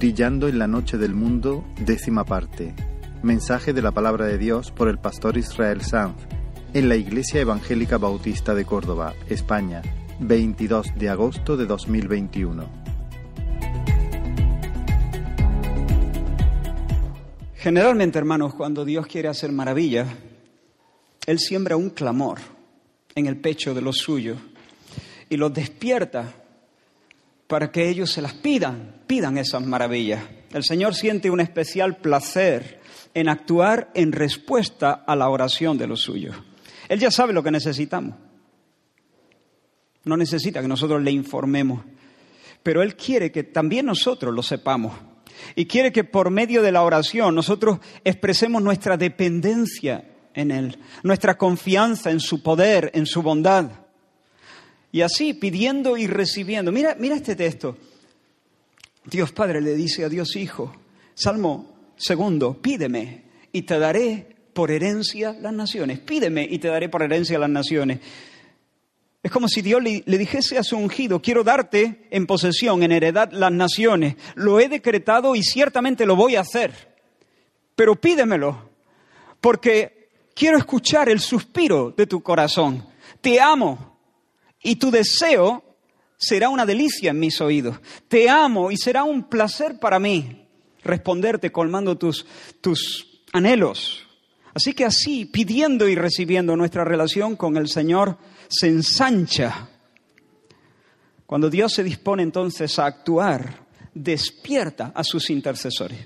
Brillando en la noche del mundo, 10ª parte. Mensaje de la palabra de Dios por el pastor Israel Sanz, en la Iglesia Evangélica Bautista de Córdoba, España, 22 de agosto de 2021. Generalmente, hermanos, cuando Dios quiere hacer maravillas, Él siembra un clamor en el pecho de los suyos y los despierta para que ellos se las pidan esas maravillas. El Señor siente un especial placer en actuar en respuesta a la oración de los suyos. Él ya sabe lo que necesitamos. No necesita que nosotros le informemos, pero Él quiere que también nosotros lo sepamos. Y quiere que por medio de la oración nosotros expresemos nuestra dependencia en Él, nuestra confianza en su poder, en su bondad. Y así, pidiendo y recibiendo. Mira este texto. Dios Padre le dice a Dios Hijo, Salmo 2, pídeme y te daré por herencia las naciones. Pídeme y te daré por herencia las naciones. Es como si Dios le dijese a su ungido, quiero darte en posesión, en heredad, las naciones. Lo he decretado y ciertamente lo voy a hacer. Pero pídemelo, porque quiero escuchar el suspiro de tu corazón. Te amo y tu deseo será una delicia en mis oídos. Te amo y será un placer para mí responderte colmando tus anhelos. Así que así, pidiendo y recibiendo, nuestra relación con el Señor se ensancha. Cuando Dios se dispone entonces a actuar, despierta a sus intercesores.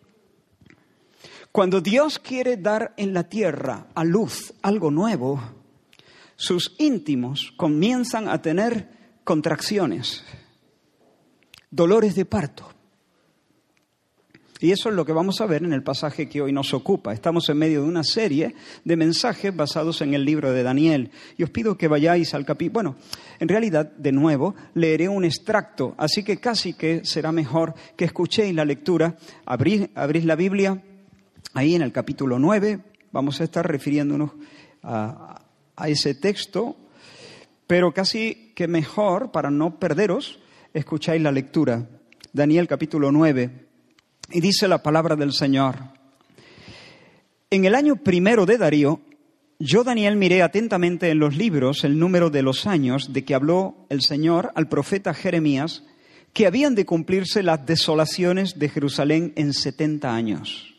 Cuando Dios quiere dar en la tierra a luz algo nuevo, sus íntimos comienzan a tener contracciones, dolores de parto. Y eso es lo que vamos a ver en el pasaje que hoy nos ocupa. Estamos en medio de una serie de mensajes basados en el libro de Daniel. Y os pido que vayáis al capítulo. Bueno, en realidad, de nuevo, leeré un extracto. Así que casi que será mejor que escuchéis la lectura. Abrís la Biblia ahí en el capítulo 9. Vamos a estar refiriéndonos a ese texto. Pero casi que mejor, para no perderos, escucháis la lectura. Daniel capítulo 9. Y dice la palabra del Señor. En el año 1 de Darío, yo, Daniel, miré atentamente en los libros el número de los años de que habló el Señor al profeta Jeremías, que habían de cumplirse las desolaciones de Jerusalén en 70 años.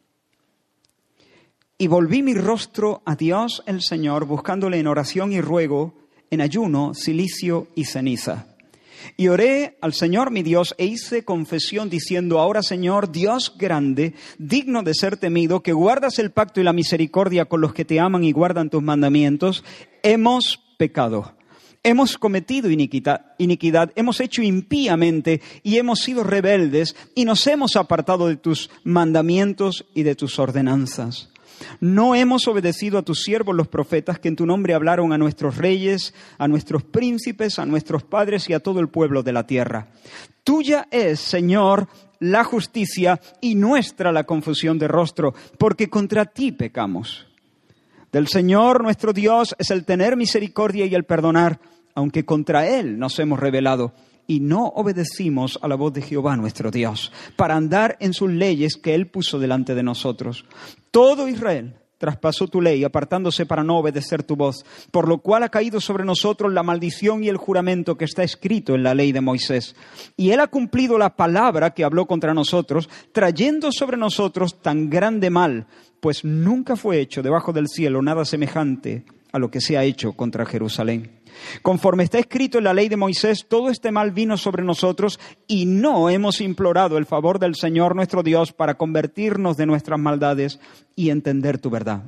Y volví mi rostro a Dios el Señor, buscándole en oración y ruego, en ayuno, cilicio y ceniza. Y oré al Señor mi Dios e hice confesión diciendo, ahora Señor, Dios grande, digno de ser temido, que guardas el pacto y la misericordia con los que te aman y guardan tus mandamientos, hemos pecado, hemos cometido iniquidad, hemos hecho impíamente y hemos sido rebeldes y nos hemos apartado de tus mandamientos y de tus ordenanzas. No hemos obedecido a tus siervos los profetas que en tu nombre hablaron a nuestros reyes, a nuestros príncipes, a nuestros padres y a todo el pueblo de la tierra. Tuya es, Señor, la justicia y nuestra la confusión de rostro, porque contra ti pecamos. Del Señor nuestro Dios es el tener misericordia y el perdonar, aunque contra Él nos hemos rebelado. Y no obedecimos a la voz de Jehová nuestro Dios, para andar en sus leyes que Él puso delante de nosotros. Todo Israel traspasó tu ley, apartándose para no obedecer tu voz, por lo cual ha caído sobre nosotros la maldición y el juramento que está escrito en la ley de Moisés. Y Él ha cumplido la palabra que habló contra nosotros, trayendo sobre nosotros tan grande mal, pues nunca fue hecho debajo del cielo nada semejante a lo que se ha hecho contra Jerusalén. Conforme está escrito en la ley de Moisés, todo este mal vino sobre nosotros y no hemos implorado el favor del Señor nuestro Dios para convertirnos de nuestras maldades y entender tu verdad.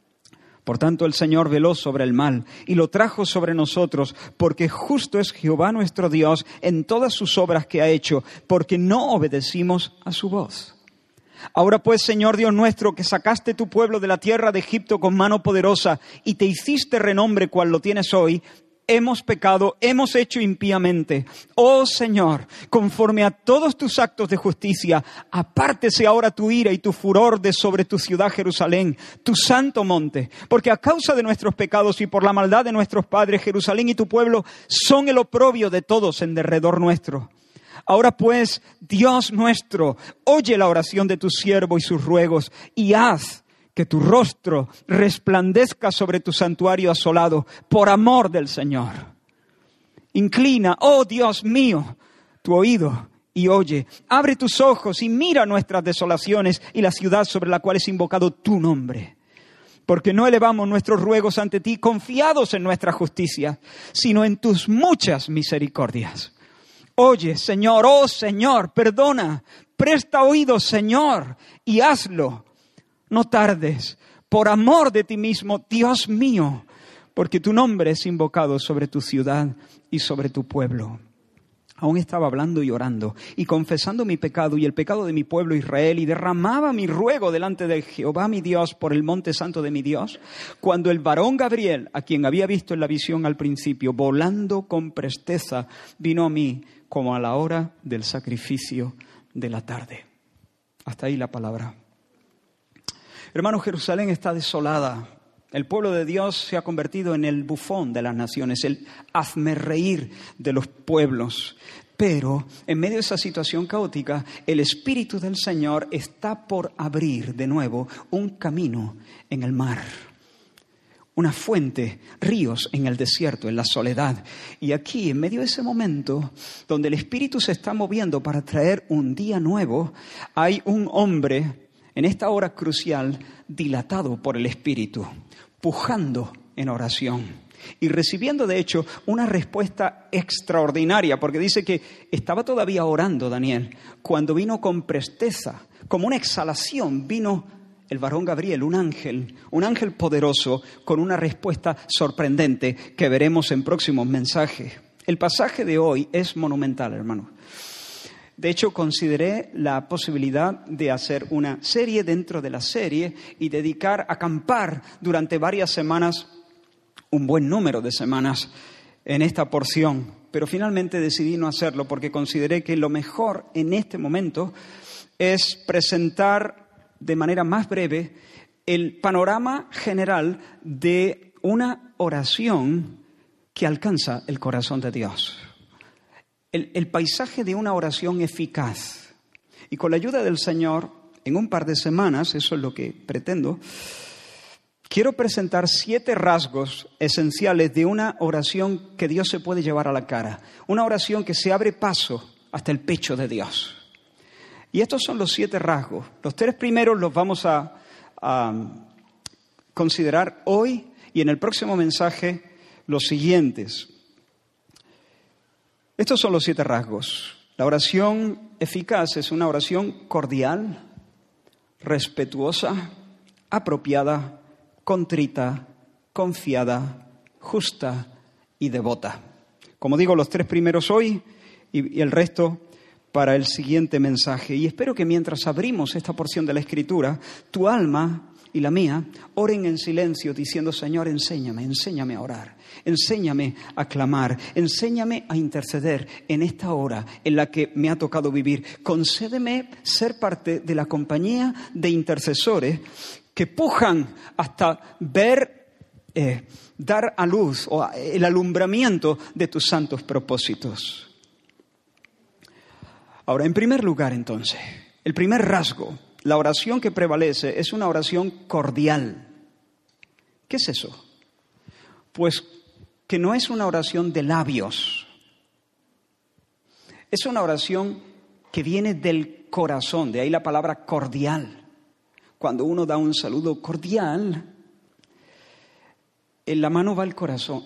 Por tanto, el Señor veló sobre el mal y lo trajo sobre nosotros, porque justo es Jehová nuestro Dios en todas sus obras que ha hecho, porque no obedecimos a su voz. Ahora pues, Señor Dios nuestro, que sacaste tu pueblo de la tierra de Egipto con mano poderosa y te hiciste renombre cual lo tienes hoy, hemos pecado, hemos hecho impíamente. Oh Señor, conforme a todos tus actos de justicia, apártese ahora tu ira y tu furor de sobre tu ciudad Jerusalén, tu santo monte, porque a causa de nuestros pecados y por la maldad de nuestros padres, Jerusalén y tu pueblo son el oprobio de todos en derredor nuestro. Ahora pues, Dios nuestro, oye la oración de tu siervo y sus ruegos y haz que tu rostro resplandezca sobre tu santuario asolado por amor del Señor. Inclina, oh Dios mío, tu oído y oye. Abre tus ojos y mira nuestras desolaciones y la ciudad sobre la cual es invocado tu nombre. Porque no elevamos nuestros ruegos ante ti confiados en nuestra justicia, sino en tus muchas misericordias. Oye, Señor, oh Señor, perdona, presta oído, Señor, y hazlo. No tardes, por amor de ti mismo, Dios mío, porque tu nombre es invocado sobre tu ciudad y sobre tu pueblo. Aún estaba hablando y orando y confesando mi pecado y el pecado de mi pueblo Israel y derramaba mi ruego delante de Jehová mi Dios por el monte santo de mi Dios, cuando el varón Gabriel, a quien había visto en la visión al principio, volando con presteza, vino a mí como a la hora del sacrificio de la tarde. Hasta ahí la palabra. Hermanos, Jerusalén está desolada. El pueblo de Dios se ha convertido en el bufón de las naciones, el hazmerreír de los pueblos. Pero en medio de esa situación caótica, el Espíritu del Señor está por abrir de nuevo un camino en el mar. Una fuente, ríos en el desierto, en la soledad. Y aquí, en medio de ese momento, donde el Espíritu se está moviendo para traer un día nuevo, hay un hombre, en esta hora crucial, dilatado por el Espíritu, pujando en oración y recibiendo, de hecho, una respuesta extraordinaria, porque dice que estaba todavía orando Daniel, cuando vino con presteza, como una exhalación, vino el varón Gabriel, un ángel poderoso, con una respuesta sorprendente que veremos en próximos mensajes. El pasaje de hoy es monumental, hermanos. De hecho, consideré la posibilidad de hacer una serie dentro de la serie y dedicar, acampar durante varias semanas, un buen número de semanas en esta porción. Pero finalmente decidí no hacerlo porque consideré que lo mejor en este momento es presentar de manera más breve el panorama general de una oración que alcanza el corazón de Dios. El paisaje de una oración eficaz. Y con la ayuda del Señor, en un par de semanas, eso es lo que pretendo, quiero presentar 7 rasgos esenciales de una oración que Dios se puede llevar a la cara. Una oración que se abre paso hasta el pecho de Dios. Y estos son los 7 rasgos. Los 3 primeros los vamos a considerar hoy y en el próximo mensaje los siguientes. Estos son los 7 rasgos. La oración eficaz es una oración cordial, respetuosa, apropiada, contrita, confiada, justa y devota. Como digo, los 3 primeros hoy y el resto para el siguiente mensaje. Y espero que mientras abrimos esta porción de la Escritura, tu alma y la mía oren en silencio diciendo: Señor, enséñame a orar, enséñame a clamar, enséñame a interceder en esta hora en la que me ha tocado vivir. Concédeme ser parte de la compañía de intercesores que pujan hasta ver, dar a luz o el alumbramiento de tus santos propósitos. Ahora, en primer lugar, entonces, el primer rasgo, la oración que prevalece es una oración cordial. ¿Qué es eso? Pues que no es una oración de labios. Es una oración que viene del corazón, de ahí la palabra cordial. Cuando uno da un saludo cordial, en la mano va el corazón.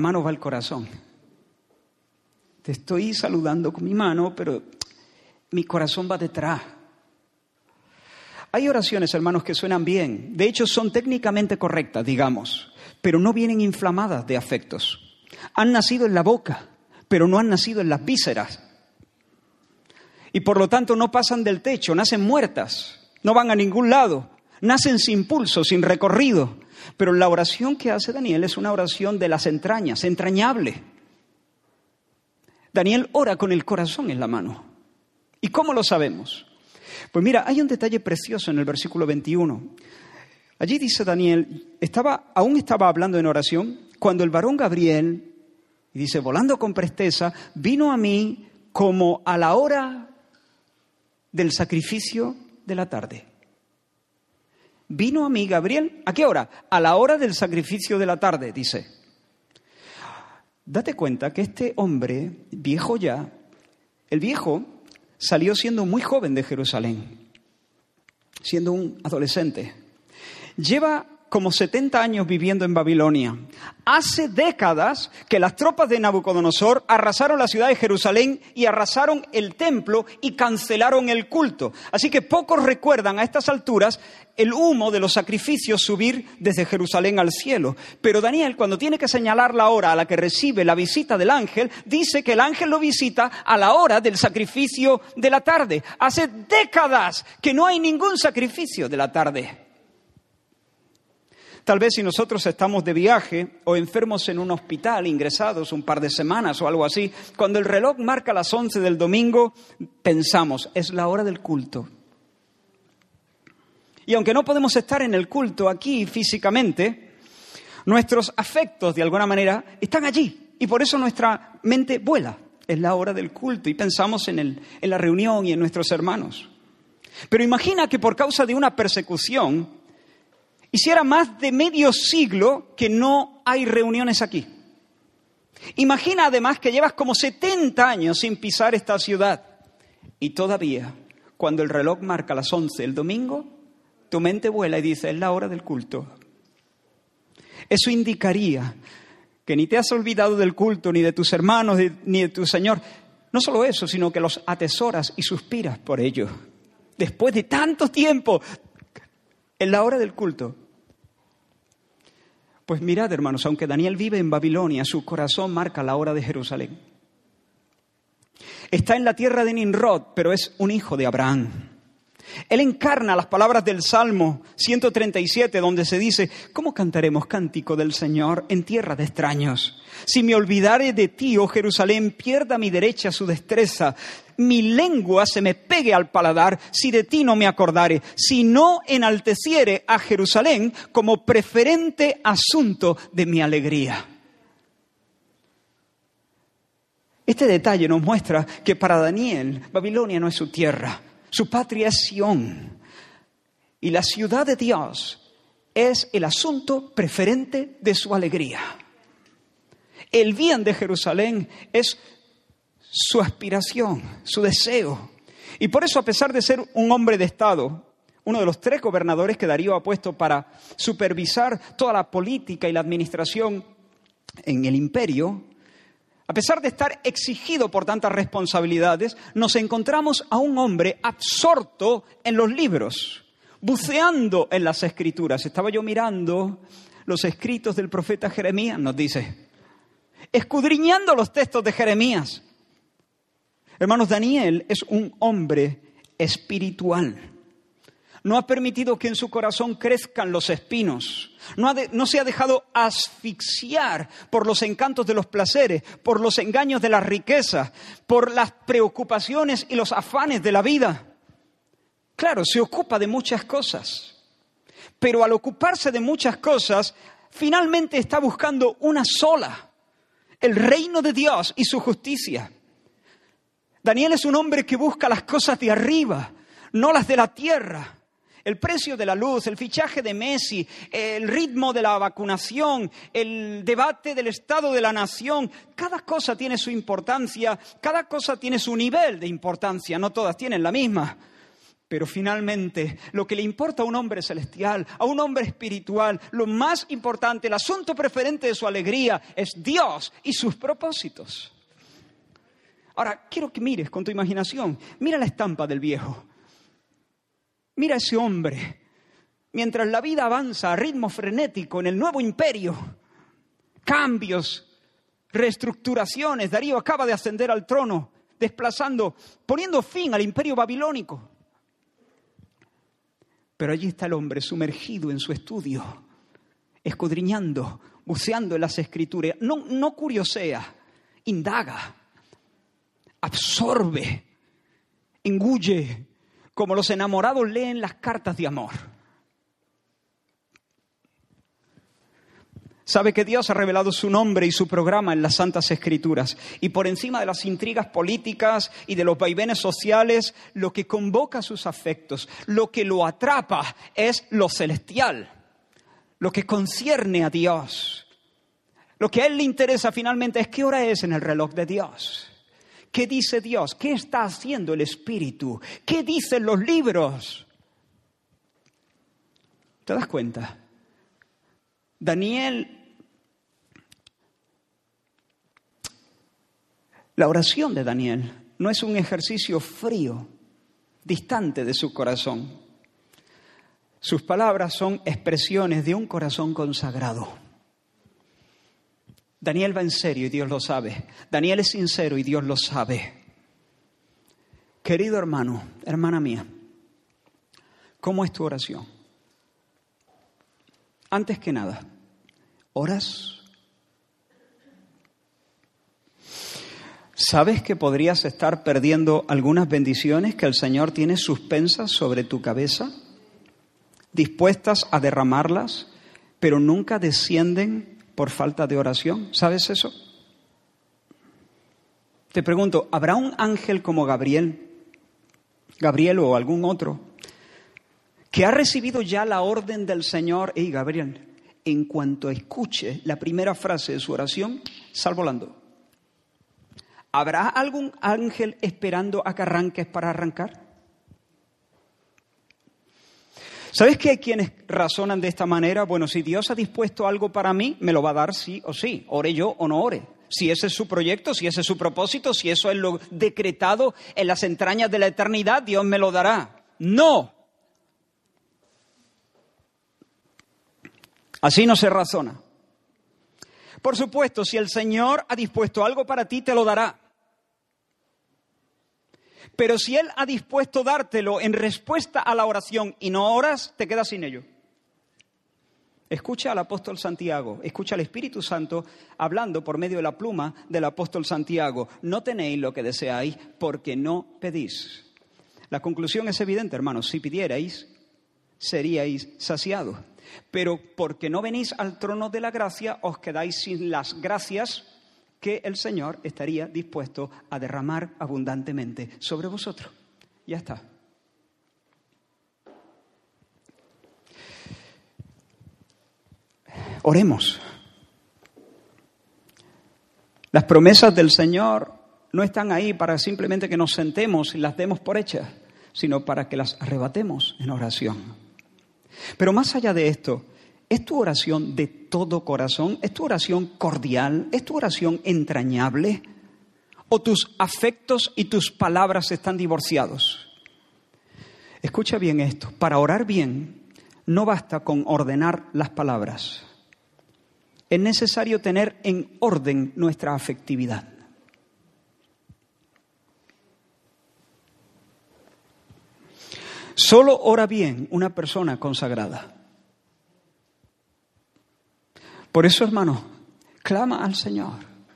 Te estoy saludando con mi mano, pero mi corazón va detrás. Hay oraciones, hermanos, que suenan bien. De hecho, son técnicamente correctas, digamos, pero no vienen inflamadas de afectos. Han nacido en la boca, pero no han nacido en las vísceras. Y por lo tanto no pasan del techo, nacen muertas, no van a ningún lado, nacen sin pulso, sin recorrido. Pero la oración que hace Daniel es una oración de las entrañas, entrañable. Daniel ora con el corazón en la mano. ¿Y cómo lo sabemos? Pues mira, hay un detalle precioso en el versículo 21. Allí dice Daniel, aún estaba hablando en oración, cuando el varón Gabriel, y dice, volando con presteza, vino a mí como a la hora del sacrificio de la tarde. Vino a mí Gabriel, ¿a qué hora? A la hora del sacrificio de la tarde, dice. Date cuenta que este hombre, viejo ya, el viejo salió siendo muy joven de Jerusalén, siendo un adolescente. Lleva como 70 años viviendo en Babilonia. Hace décadas que las tropas de Nabucodonosor arrasaron la ciudad de Jerusalén y arrasaron el templo y cancelaron el culto. Así que pocos recuerdan a estas alturas el humo de los sacrificios subir desde Jerusalén al cielo. Pero Daniel, cuando tiene que señalar la hora a la que recibe la visita del ángel, dice que el ángel lo visita a la hora del sacrificio de la tarde. Hace décadas que no hay ningún sacrificio de la tarde. Tal vez si nosotros estamos de viaje o enfermos en un hospital, ingresados un par de semanas o algo así, cuando el reloj marca las 11 del domingo, pensamos, es la hora del culto. Y aunque no podemos estar en el culto aquí físicamente, nuestros afectos de alguna manera están allí y por eso nuestra mente vuela. Es la hora del culto y pensamos en la reunión y en nuestros hermanos. Pero imagina que por causa de una persecución hiciera más de medio siglo que no hay reuniones aquí. Imagina además que llevas como 70 años sin pisar esta ciudad. Y todavía, cuando el reloj marca las 11 el domingo, tu mente vuela y dice, es la hora del culto. Eso indicaría que ni te has olvidado del culto, ni de tus hermanos, ni de tu Señor. No solo eso, sino que los atesoras y suspiras por ellos. Después de tanto tiempo, es la hora del culto. Pues mirad, hermanos, aunque Daniel vive en Babilonia, su corazón marca la hora de Jerusalén. Está en la tierra de Nimrod, pero es un hijo de Abraham. Él encarna las palabras del Salmo 137, donde se dice, ¿cómo cantaremos cántico del Señor en tierra de extraños? Si me olvidare de ti, oh Jerusalén, pierda mi derecha su destreza. Mi lengua se me pegue al paladar si de ti no me acordare. Si no enalteciere a Jerusalén como preferente asunto de mi alegría. Este detalle nos muestra que para Daniel, Babilonia no es su tierra. Su patria es Sión. Y la ciudad de Dios es el asunto preferente de su alegría. El bien de Jerusalén es su aspiración, su deseo. Y por eso, a pesar de ser un hombre de Estado, uno de los 3 gobernadores que Darío ha puesto para supervisar toda la política y la administración en el imperio, a pesar de estar exigido por tantas responsabilidades, nos encontramos a un hombre absorto en los libros, buceando en las Escrituras. Estaba yo mirando los escritos del profeta Jeremías, nos dice, escudriñando los textos de Jeremías. Hermanos, Daniel es un hombre espiritual. No ha permitido que en su corazón crezcan los espinos. No se ha dejado asfixiar por los encantos de los placeres, por los engaños de las riquezas, por las preocupaciones y los afanes de la vida. Claro, se ocupa de muchas cosas, pero al ocuparse de muchas cosas, finalmente está buscando una sola, el reino de Dios y su justicia. Daniel es un hombre que busca las cosas de arriba, no las de la tierra. El precio de la luz, el fichaje de Messi, el ritmo de la vacunación, el debate del estado de la nación, cada cosa tiene su importancia, cada cosa tiene su nivel de importancia, no todas tienen la misma. Pero finalmente, lo que le importa a un hombre celestial, a un hombre espiritual, lo más importante, el asunto preferente de su alegría es Dios y sus propósitos. Ahora, quiero que mires con tu imaginación, mira la estampa del viejo. Mira a ese hombre, mientras la vida avanza a ritmo frenético en el nuevo imperio, cambios, reestructuraciones. Darío acaba de ascender al trono, poniendo fin al imperio babilónico. Pero allí está el hombre sumergido en su estudio, escudriñando, buceando en las Escrituras. No curiosea, indaga, absorbe, engulle, como los enamorados leen las cartas de amor. Sabe que Dios ha revelado su nombre y su programa en las Santas Escrituras. Y por encima de las intrigas políticas y de los vaivenes sociales, lo que convoca sus afectos, lo que lo atrapa es lo celestial, lo que concierne a Dios. Lo que a Él le interesa finalmente es qué hora es en el reloj de Dios. ¿Qué dice Dios? ¿Qué está haciendo el Espíritu? ¿Qué dicen los libros? ¿Te das cuenta? La oración de Daniel no es un ejercicio frío, distante de su corazón. Sus palabras son expresiones de un corazón consagrado. Daniel va en serio y Dios lo sabe. Daniel es sincero y Dios lo sabe. Querido hermano, hermana mía, ¿cómo es tu oración? Antes que nada, ¿oras? ¿Sabes que podrías estar perdiendo algunas bendiciones que el Señor tiene suspensas sobre tu cabeza? Dispuestas a derramarlas, pero nunca descienden por falta de oración. ¿Sabes eso? Te pregunto, ¿habrá un ángel como Gabriel o algún otro, que ha recibido ya la orden del Señor? Y Gabriel, en cuanto escuche la primera frase de su oración, sal volando. ¿Habrá algún ángel esperando a que arranques para arrancar? ¿Sabes que hay quienes razonan de esta manera? Bueno, si Dios ha dispuesto algo para mí, me lo va a dar sí o sí, ore yo o no ore. Si ese es su proyecto, si ese es su propósito, si eso es lo decretado en las entrañas de la eternidad, Dios me lo dará. ¡No! Así no se razona. Por supuesto, si el Señor ha dispuesto algo para ti, te lo dará. Pero si Él ha dispuesto dártelo en respuesta a la oración y no oras, te quedas sin ello. Escucha al apóstol Santiago, escucha al Espíritu Santo hablando por medio de la pluma del apóstol Santiago. No tenéis lo que deseáis porque no pedís. La conclusión es evidente, hermanos. Si pidierais, seríais saciados. Pero porque no venís al trono de la gracia, os quedáis sin las gracias que el Señor estaría dispuesto a derramar abundantemente sobre vosotros. Ya está. Oremos. Las promesas del Señor no están ahí para simplemente que nos sentemos y las demos por hechas, sino para que las arrebatemos en oración. Pero más allá de esto, ¿es tu oración de todo corazón? ¿Es tu oración cordial? ¿Es tu oración entrañable? ¿O tus afectos y tus palabras están divorciados? Escucha bien esto. Para orar bien, no basta con ordenar las palabras. Es necesario tener en orden nuestra afectividad. Solo ora bien una persona consagrada. Por eso, hermano, clama al Señor.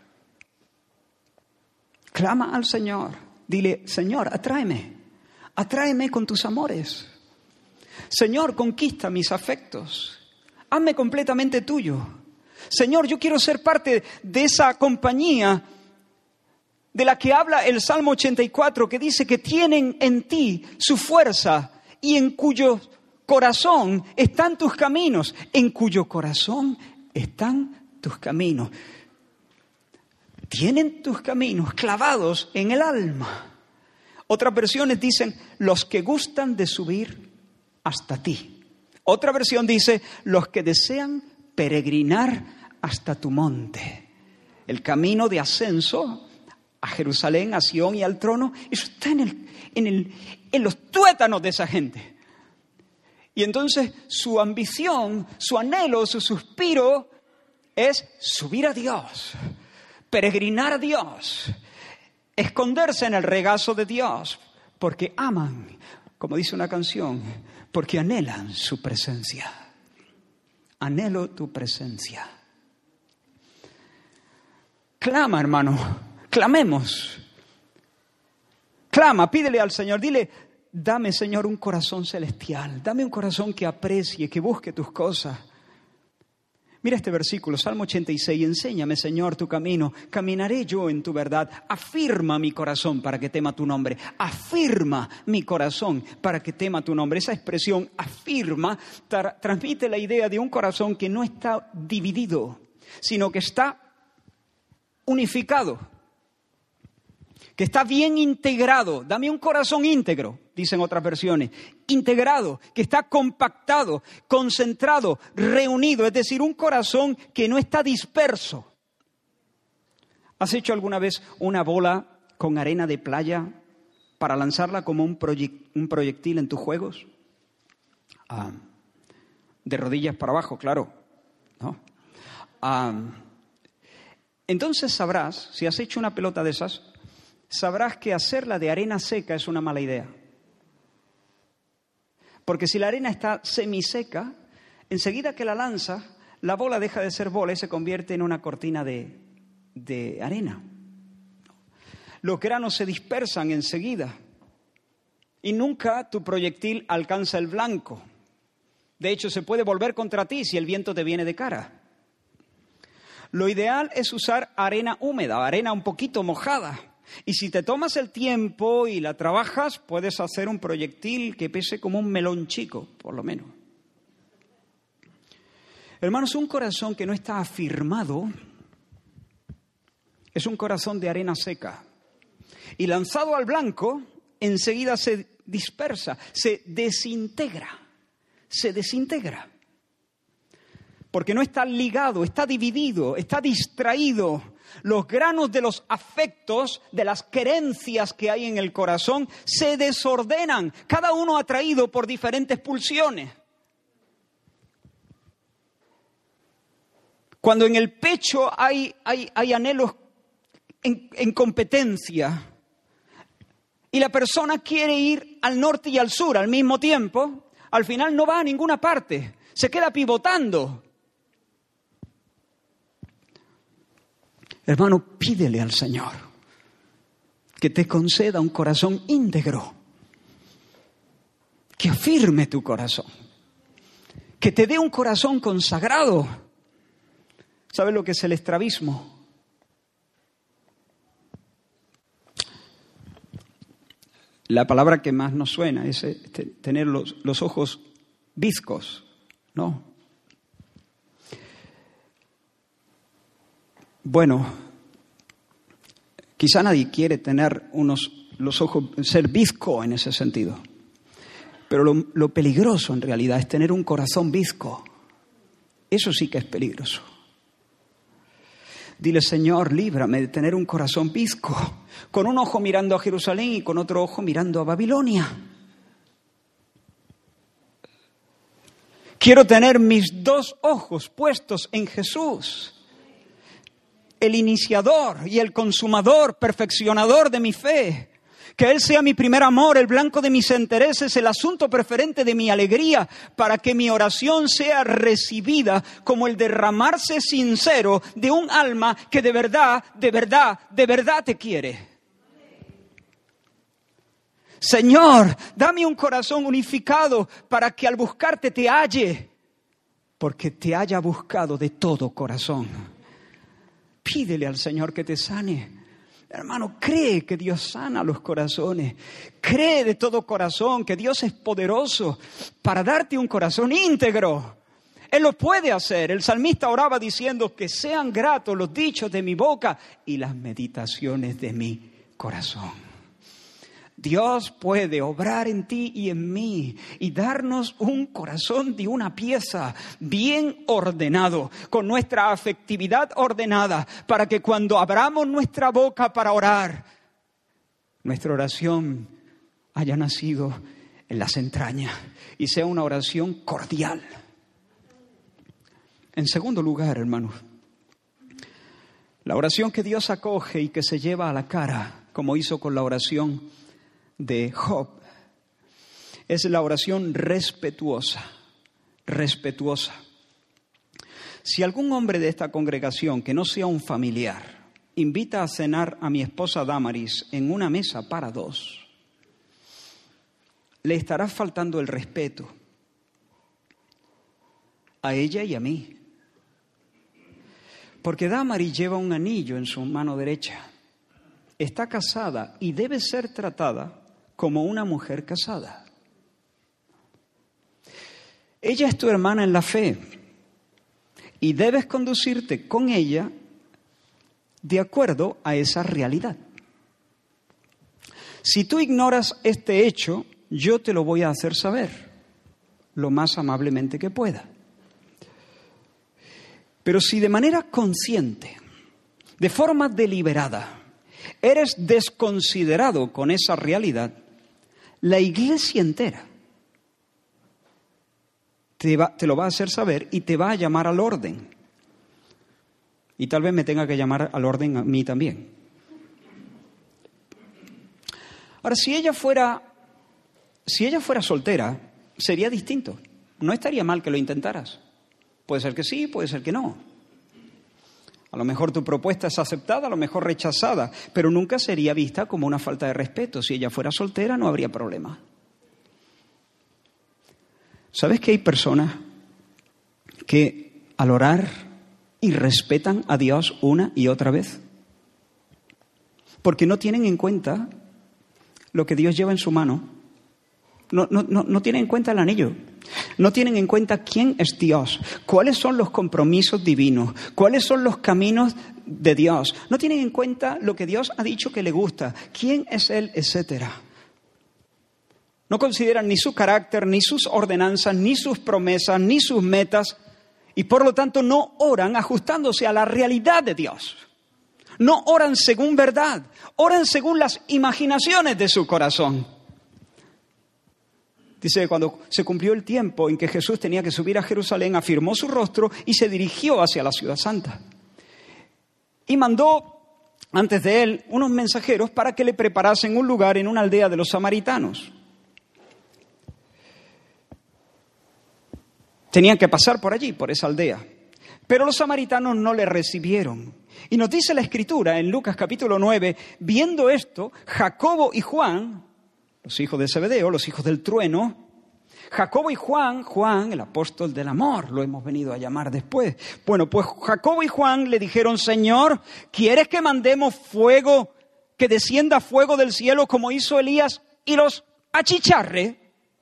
Clama al Señor. Dile, Señor, atráeme con tus amores. Señor, conquista mis afectos. Hazme completamente tuyo. Señor, yo quiero ser parte de esa compañía de la que habla el Salmo 84, que dice que tienen en ti su fuerza y en cuyo corazón están tus caminos. En cuyo corazón están tus caminos. Tienen tus caminos clavados en el alma. Otras versiones dicen, los que gustan de subir hasta ti. Otra versión dice, los que desean peregrinar hasta tu monte. El camino de ascenso a Jerusalén, a Sión y al trono, eso está en los tuétanos de esa gente. Y entonces su ambición, su anhelo, su suspiro es subir a Dios, peregrinar a Dios, esconderse en el regazo de Dios, porque aman, como dice una canción, porque anhelan su presencia. Anhelo tu presencia. Clama, hermano, clamemos. Clama, pídele al Señor, dile, dame, Señor, un corazón celestial, dame un corazón que aprecie, que busque tus cosas. Mira este versículo, Salmo 86, enséñame, Señor, tu camino, caminaré yo en tu verdad. Afirma mi corazón para que tema tu nombre. Afirma mi corazón para que tema tu nombre. Esa expresión, afirma, transmite la idea de un corazón que no está dividido, sino que está unificado, que está bien integrado. Dame un corazón íntegro, dicen otras versiones. Integrado, que está compactado, concentrado, reunido. Es decir, un corazón que no está disperso. ¿Has hecho alguna vez una bola con arena de playa para lanzarla como un proyectil en tus juegos? De rodillas para abajo, claro, ¿no? Entonces sabrás, si has hecho una pelota de esas, sabrás que hacerla de arena seca es una mala idea. Porque si la arena está semiseca, enseguida que la lanzas, la bola deja de ser bola y se convierte en una cortina de arena. Los granos se dispersan enseguida y nunca tu proyectil alcanza el blanco. De hecho, se puede volver contra ti si el viento te viene de cara. Lo ideal es usar arena húmeda, arena un poquito mojada. Y si te tomas el tiempo y la trabajas, puedes hacer un proyectil que pese como un melón chico, por lo menos. Hermanos, un corazón que no está afirmado es un corazón de arena seca. Y lanzado al blanco, enseguida se dispersa, se desintegra. Porque no está ligado, está dividido, está distraído. Los granos de los afectos, de las querencias que hay en el corazón, se desordenan, cada uno atraído por diferentes pulsiones. Cuando en el pecho hay anhelos en competencia y la persona quiere ir al norte y al sur al mismo tiempo, al final no va a ninguna parte, se queda pivotando. Hermano, pídele al Señor que te conceda un corazón íntegro, que afirme tu corazón, que te dé un corazón consagrado. ¿Sabes lo que es el estrabismo? La palabra que más nos suena es tener los ojos bizcos, ¿no? Bueno, quizá nadie quiere tener los ojos, ser bizco en ese sentido. Pero lo peligroso en realidad es tener un corazón bizco. Eso sí que es peligroso. Dile, Señor, líbrame de tener un corazón bizco, con un ojo mirando a Jerusalén y con otro ojo mirando a Babilonia. Quiero tener mis dos ojos puestos en Jesús, el iniciador y el consumador, perfeccionador de mi fe. Que Él sea mi primer amor, el blanco de mis intereses, el asunto preferente de mi alegría, para que mi oración sea recibida como el derramarse sincero de un alma que de verdad te quiere. Señor, dame un corazón unificado para que al buscarte te halle, porque te haya buscado de todo corazón. Pídele al Señor que te sane. Hermano, cree que Dios sana los corazones. Cree de todo corazón que Dios es poderoso para darte un corazón íntegro. Él lo puede hacer. El salmista oraba diciendo que sean gratos los dichos de mi boca y las meditaciones de mi corazón. Dios puede obrar en ti y en mí y darnos un corazón de una pieza bien ordenado, con nuestra afectividad ordenada, para que cuando abramos nuestra boca para orar, nuestra oración haya nacido en las entrañas y sea una oración cordial. En segundo lugar, hermanos, la oración que Dios acoge y que se lleva a la cara, como hizo con la oración de Job, es la oración respetuosa. Si algún hombre de esta congregación que no sea un familiar invita a cenar a mi esposa Damaris en una mesa para dos, le estará faltando el respeto a ella y a mí. Porque Damaris lleva un anillo en su mano derecha. Está casada y debe ser tratada como una mujer casada. Ella es tu hermana en la fe y debes conducirte con ella de acuerdo a esa realidad. Si tú ignoras este hecho, yo te lo voy a hacer saber lo más amablemente que pueda. Pero si de manera consciente, de forma deliberada, eres desconsiderado con esa realidad, la iglesia entera te lo va a hacer saber y te va a llamar al orden. Y tal vez me tenga que llamar al orden a mí también. Ahora, si ella fuera soltera, sería distinto. No estaría mal que lo intentaras. Puede ser que sí, puede ser que no. A lo mejor tu propuesta es aceptada, a lo mejor rechazada, pero nunca sería vista como una falta de respeto. Si ella fuera soltera, no habría problema. ¿Sabes que hay personas que al orar irrespetan a Dios una y otra vez? Porque no tienen en cuenta lo que Dios lleva en su mano. No tienen en cuenta el anillo. No tienen en cuenta quién es Dios, cuáles son los compromisos divinos, cuáles son los caminos de Dios. No tienen en cuenta lo que Dios ha dicho que le gusta, quién es Él, etcétera. No consideran ni su carácter, ni sus ordenanzas, ni sus promesas, ni sus metas, y por lo tanto no oran ajustándose a la realidad de Dios. No oran según verdad, oran según las imaginaciones de su corazón. Dice que cuando se cumplió el tiempo en que Jesús tenía que subir a Jerusalén, afirmó su rostro y se dirigió hacia la ciudad santa. Y mandó antes de él unos mensajeros para que le preparasen un lugar en una aldea de los samaritanos. Tenían que pasar por allí, por esa aldea. Pero los samaritanos no le recibieron. Y nos dice la Escritura en Lucas capítulo 9, viendo esto, Jacobo y Juan, los hijos de Zebedeo, los hijos del trueno, Jacobo y Juan, el apóstol del amor, lo hemos venido a llamar después. Bueno, pues Jacobo y Juan le dijeron, Señor, ¿quieres que mandemos fuego, que descienda fuego del cielo como hizo Elías y los achicharre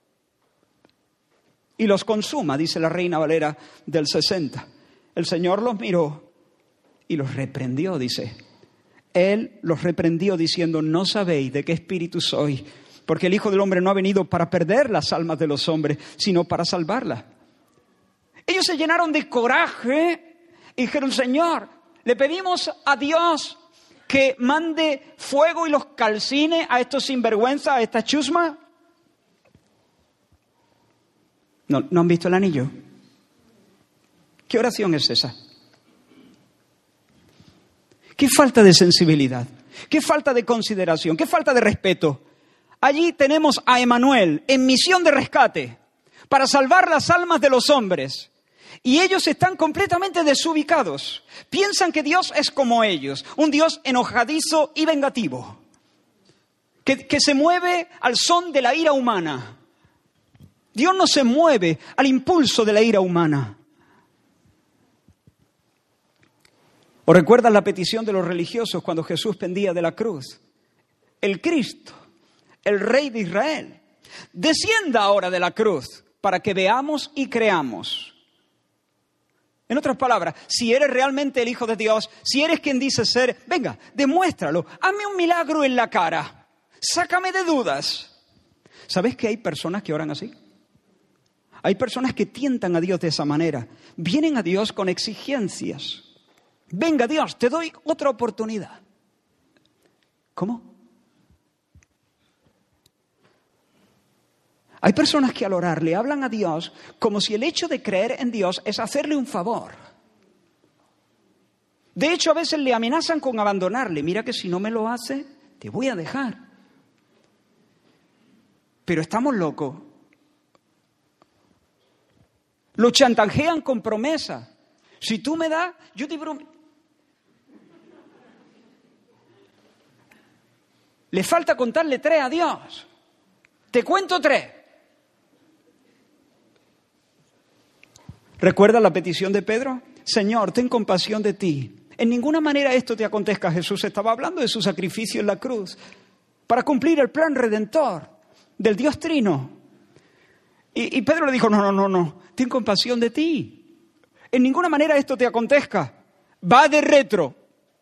y los consuma? Dice la Reina Valera del 60. El Señor los miró y los reprendió, dice. Él los reprendió diciendo, no sabéis de qué espíritu sois, porque el Hijo del Hombre no ha venido para perder las almas de los hombres, sino para salvarlas. Ellos se llenaron de coraje y dijeron, Señor, le pedimos a Dios que mande fuego y los calcine a estos sinvergüenzas, a estas chusmas. ¿No han visto el anillo? ¿Qué oración es esa? ¿Qué falta de sensibilidad? ¿Qué falta de consideración? ¿Qué falta de respeto? Allí tenemos a Emanuel en misión de rescate para salvar las almas de los hombres. Y ellos están completamente desubicados. Piensan que Dios es como ellos, un Dios enojadizo y vengativo, que se mueve al son de la ira humana. Dios no se mueve al impulso de la ira humana. ¿O recuerdan la petición de los religiosos cuando Jesús pendía de la cruz? El Cristo, el Rey de Israel, descienda ahora de la cruz para que veamos y creamos. En otras palabras, si eres realmente el Hijo de Dios, si eres quien dice ser, venga, demuéstralo, hazme un milagro en la cara, sácame de dudas. ¿Sabes que hay personas que oran así? Hay personas que tientan a Dios de esa manera, vienen a Dios con exigencias. Venga Dios, te doy otra oportunidad. ¿Cómo? Hay personas que al orar le hablan a Dios como si el hecho de creer en Dios es hacerle un favor. De hecho, a veces le amenazan con abandonarle. Mira que si no me lo hace, te voy a dejar. Pero estamos locos. Lo chantajean con promesa. Si tú me das, yo te prometo. Le falta contarle 3 a Dios. Te cuento 3. ¿Recuerdas la petición de Pedro? Señor, ten compasión de ti. En ninguna manera esto te acontezca. Jesús estaba hablando de su sacrificio en la cruz para cumplir el plan redentor del Dios Trino. Y Pedro le dijo, no, ten compasión de ti. En ninguna manera esto te acontezca. Va de retro.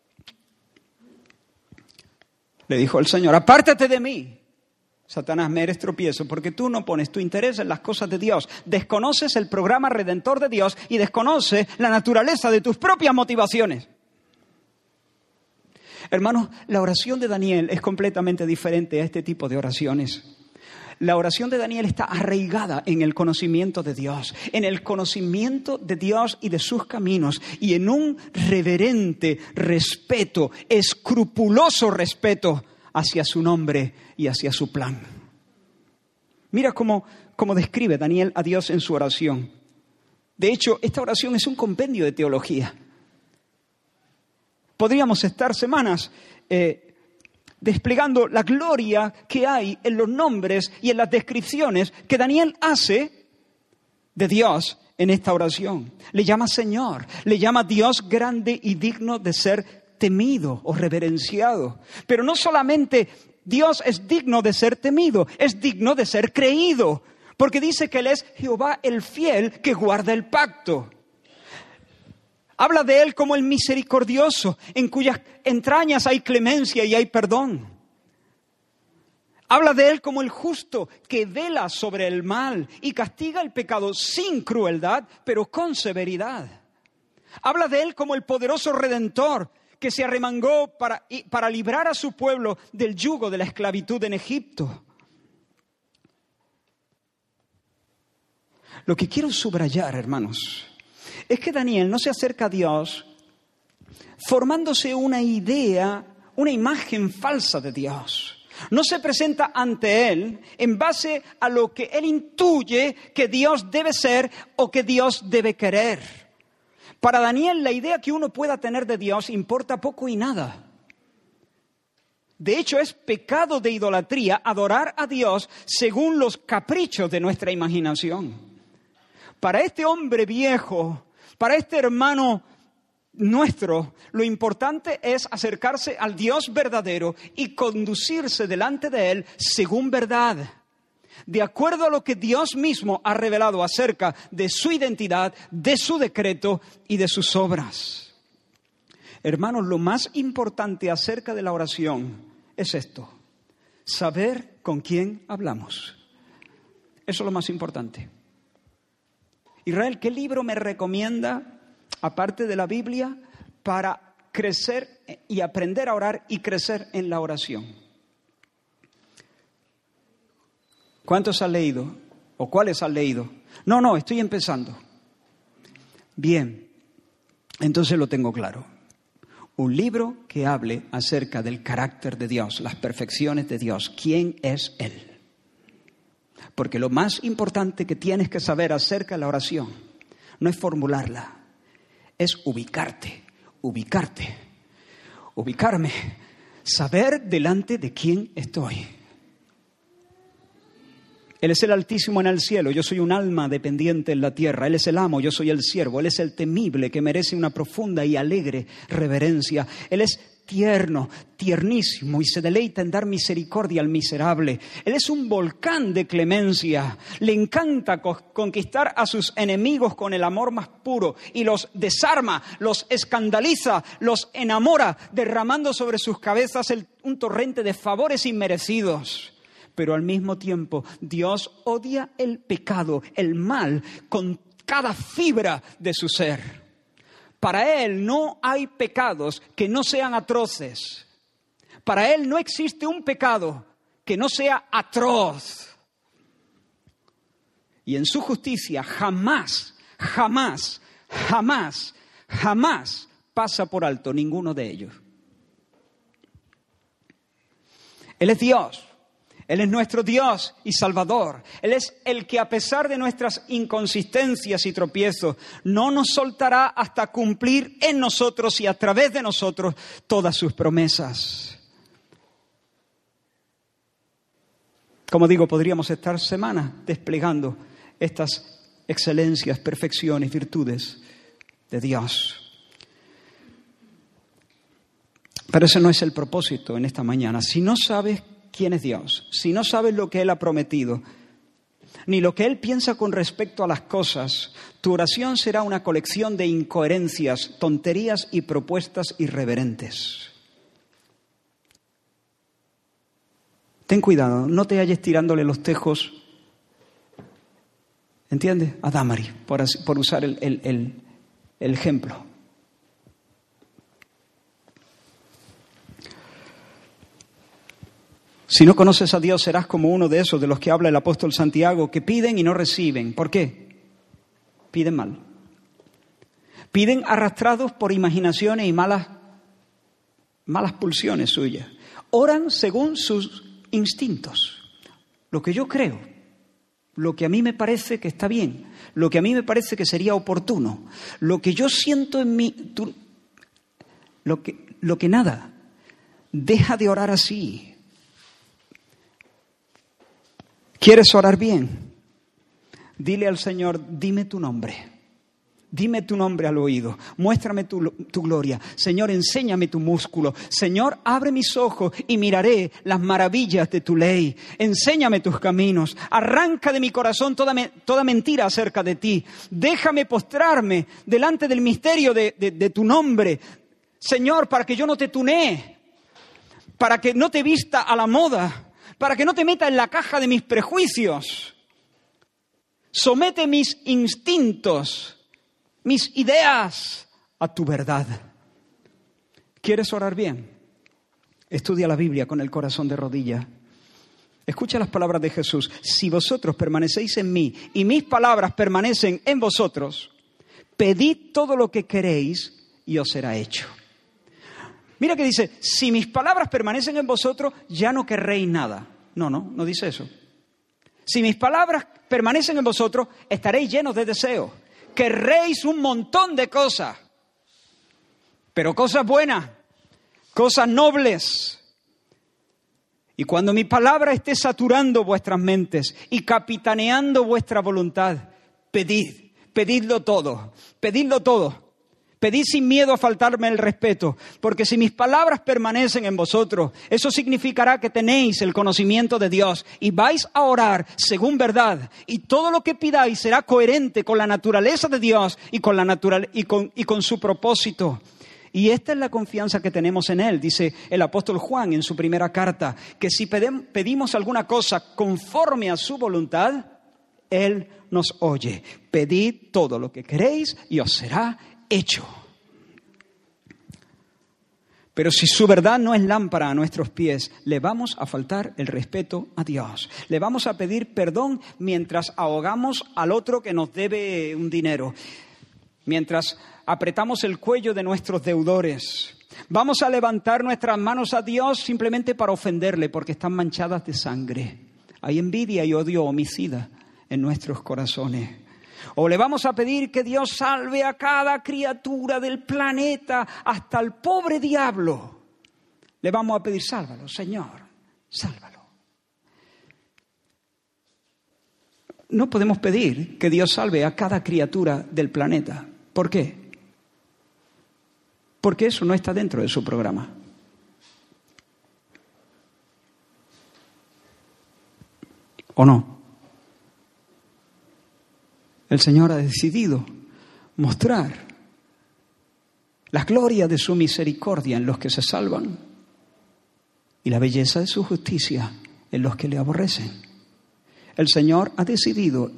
Le dijo el Señor, apártate de mí, Satanás, me eres tropiezo, porque tú no pones tu interés en las cosas de Dios. Desconoces el programa redentor de Dios y desconoces la naturaleza de tus propias motivaciones. Hermanos, la oración de Daniel es completamente diferente a este tipo de oraciones. La oración de Daniel está arraigada en el conocimiento de Dios, en el conocimiento de Dios y de sus caminos, y en un reverente respeto, escrupuloso respeto hacia su nombre y hacia su plan. Mira cómo describe Daniel a Dios en su oración. De hecho, esta oración es un compendio de teología. Podríamos estar semanas desplegando la gloria que hay en los nombres y en las descripciones que Daniel hace de Dios en esta oración. Le llama Señor, le llama Dios grande y digno de ser temido o reverenciado. Pero no solamente Dios es digno de ser temido, es digno de ser creído, porque dice que Él es Jehová el fiel que guarda el pacto. Habla de Él como el misericordioso, en cuyas entrañas hay clemencia y hay perdón. Habla de Él como el justo, que vela sobre el mal y castiga el pecado sin crueldad, pero con severidad. Habla de Él como el poderoso Redentor, que se arremangó para librar a su pueblo del yugo de la esclavitud en Egipto. Lo que quiero subrayar, hermanos, es que Daniel no se acerca a Dios formándose una idea, una imagen falsa de Dios. No se presenta ante Él en base a lo que Él intuye que Dios debe ser o que Dios debe querer. Para Daniel, la idea que uno pueda tener de Dios importa poco y nada. De hecho, es pecado de idolatría adorar a Dios según los caprichos de nuestra imaginación. Para este hombre viejo, para este hermano nuestro, lo importante es acercarse al Dios verdadero y conducirse delante de Él según verdad, de acuerdo a lo que Dios mismo ha revelado acerca de su identidad, de su decreto y de sus obras. Hermanos, lo más importante acerca de la oración es esto: saber con quién hablamos. Eso es lo más importante. Israel, ¿qué libro me recomienda, aparte de la Biblia, para crecer y aprender a orar y crecer en la oración? ¿Cuántos han leído? ¿O cuáles han leído? No, estoy empezando. Bien, entonces lo tengo claro. Un libro que hable acerca del carácter de Dios, las perfecciones de Dios. ¿Quién es Él? Porque lo más importante que tienes que saber acerca de la oración no es formularla, es ubicarme, saber delante de quién estoy. Él es el Altísimo en el cielo, yo soy un alma dependiente en la tierra. Él es el amo, yo soy el siervo. Él es el temible que merece una profunda y alegre reverencia. Él es tierno, tiernísimo y se deleita en dar misericordia al miserable. Él es un volcán de clemencia. Le encanta conquistar a sus enemigos con el amor más puro y los desarma, los escandaliza, los enamora, derramando sobre sus cabezas un torrente de favores inmerecidos. Pero al mismo tiempo, Dios odia el pecado, el mal, con cada fibra de su ser. Para Él no hay pecados que no sean atroces. Para Él no existe un pecado que no sea atroz. Y en su justicia jamás pasa por alto ninguno de ellos. Él es Dios. Él es nuestro Dios y Salvador. Él es el que, a pesar de nuestras inconsistencias y tropiezos, no nos soltará hasta cumplir en nosotros y a través de nosotros todas sus promesas. Como digo, podríamos estar semanas desplegando estas excelencias, perfecciones, virtudes de Dios. Pero ese no es el propósito en esta mañana. Si no sabes quién es Dios, si no sabes lo que Él ha prometido, ni lo que Él piensa con respecto a las cosas, tu oración será una colección de incoherencias, tonterías y propuestas irreverentes. Ten cuidado, no te halles tirándole los tejos, ¿entiendes? A Damari, por usar el ejemplo. Si no conoces a Dios, serás como uno de esos de los que habla el apóstol Santiago, que piden y no reciben. ¿Por qué? Piden mal. Piden arrastrados por imaginaciones y malas pulsiones suyas. Oran según sus instintos, lo que yo creo, lo que a mí me parece que está bien, lo que a mí me parece que sería oportuno, lo que yo siento en mí, lo que nada. Deja de orar así. ¿Quieres orar bien? Dile al Señor, dime tu nombre. Dime tu nombre al oído. Muéstrame tu gloria. Señor, enséñame tu músculo. Señor, abre mis ojos y miraré las maravillas de tu ley. Enséñame tus caminos. Arranca de mi corazón toda mentira acerca de ti. Déjame postrarme delante del misterio de tu nombre. Señor, para que yo no te tunee, para que no te vista a la moda, para que no te meta en la caja de mis prejuicios. Somete mis instintos, mis ideas a tu verdad. ¿Quieres orar bien? Estudia la Biblia con el corazón de rodillas. Escucha las palabras de Jesús. Si vosotros permanecéis en mí y mis palabras permanecen en vosotros, pedid todo lo que queréis y os será hecho. Mira que dice, si mis palabras permanecen en vosotros, ya no querréis nada. No dice eso. Si mis palabras permanecen en vosotros, estaréis llenos de deseos. Querréis un montón de cosas, pero cosas buenas, cosas nobles. Y cuando mi palabra esté saturando vuestras mentes y capitaneando vuestra voluntad, pedidlo todo. Pedid sin miedo a faltarme el respeto, porque si mis palabras permanecen en vosotros, eso significará que tenéis el conocimiento de Dios y vais a orar según verdad. Y todo lo que pidáis será coherente con la naturaleza de Dios y con su propósito. Y esta es la confianza que tenemos en Él, dice el apóstol Juan en su primera carta, que si pedimos alguna cosa conforme a su voluntad, Él nos oye. Pedid todo lo que queréis y os será hecho. Pero si su verdad no es lámpara a nuestros pies, le vamos a faltar el respeto a Dios. Le vamos a pedir perdón mientras ahogamos al otro que nos debe un dinero. Mientras apretamos el cuello de nuestros deudores. Vamos a levantar nuestras manos a Dios simplemente para ofenderle porque están manchadas de sangre. Hay envidia y odio homicida en nuestros corazones. O le vamos a pedir que Dios salve a cada criatura del planeta, hasta el pobre diablo. Le vamos a pedir, sálvalo, Señor, sálvalo. No podemos pedir que Dios salve a cada criatura del planeta. ¿Por qué? Porque eso no está dentro de su programa. ¿O no? El Señor ha decidido mostrar la gloria de su misericordia en los que se salvan y la belleza de su justicia en los que le aborrecen. El Señor ha decidido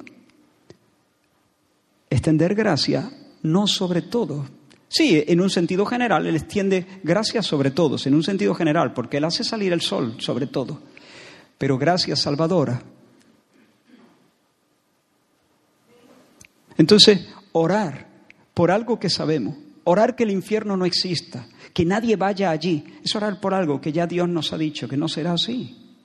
extender gracia no sobre todos. Sí, en un sentido general, Él extiende gracia sobre todos, en un sentido general, porque Él hace salir el sol sobre todo. Pero gracia salvadora. Entonces, orar por algo que sabemos, orar que el infierno no exista, que nadie vaya allí, es orar por algo que ya Dios nos ha dicho que no será así.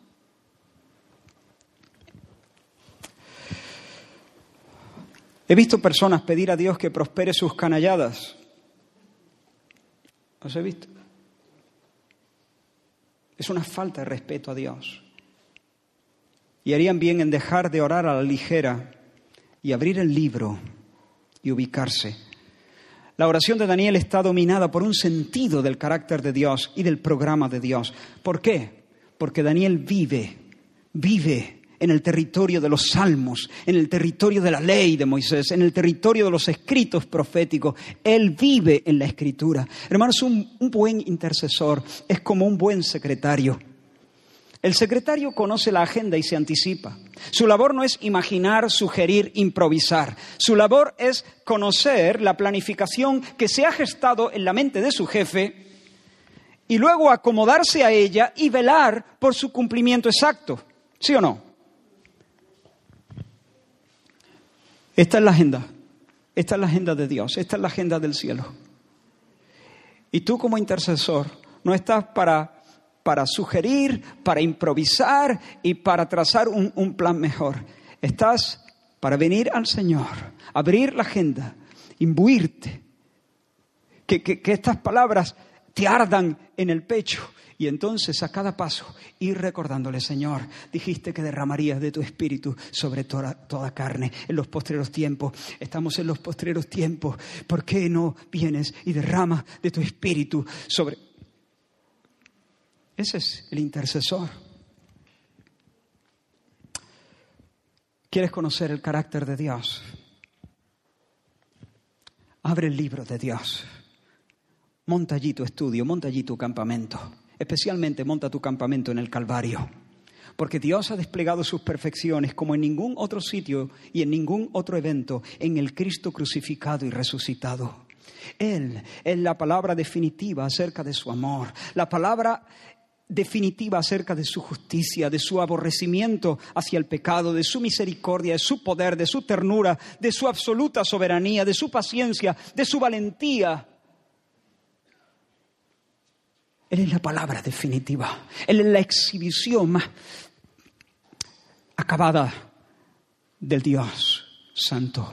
He visto personas pedir a Dios que prospere sus canalladas. ¿Os he visto? Es una falta de respeto a Dios. Y harían bien en dejar de orar a la ligera y abrir el libro y ubicarse. La oración de Daniel está dominada por un sentido del carácter de Dios y del programa de Dios. ¿Por qué? Porque Daniel vive en el territorio de los salmos, en el territorio de la ley de Moisés, en el territorio de los escritos proféticos. Él vive en la Escritura. Hermanos, un buen intercesor es como un buen secretario. El secretario conoce la agenda y se anticipa. Su labor no es imaginar, sugerir, improvisar. Su labor es conocer la planificación que se ha gestado en la mente de su jefe y luego acomodarse a ella y velar por su cumplimiento exacto. ¿Sí o no? Esta es la agenda. Esta es la agenda de Dios. Esta es la agenda del cielo. Y tú como intercesor no estás para sugerir, para improvisar y para trazar un plan mejor. Estás para venir al Señor, abrir la agenda, imbuirte, que estas palabras te ardan en el pecho y entonces a cada paso ir recordándole: Señor, dijiste que derramarías de tu espíritu sobre toda carne en los postreros tiempos. Estamos en los postreros tiempos. ¿Por qué no vienes y derramas de tu espíritu sobre... Ese es el intercesor. ¿Quieres conocer el carácter de Dios? Abre el libro de Dios. Monta allí tu estudio, monta allí tu campamento. Especialmente monta tu campamento en el Calvario. Porque Dios ha desplegado sus perfecciones como en ningún otro sitio y en ningún otro evento en el Cristo crucificado y resucitado. Él es la palabra definitiva acerca de su amor. La palabra definitiva acerca de su justicia, de su aborrecimiento hacia el pecado, de su misericordia, de su poder, de su ternura, de su absoluta soberanía, de su paciencia, de su valentía. Él es la palabra definitiva. Él es la exhibición más acabada del Dios Santo.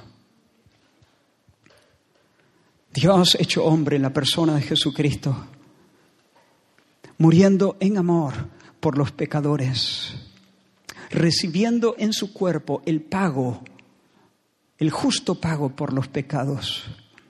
Dios hecho hombre en la persona de Jesucristo, muriendo en amor por los pecadores, recibiendo en su cuerpo el pago, el justo pago por los pecados,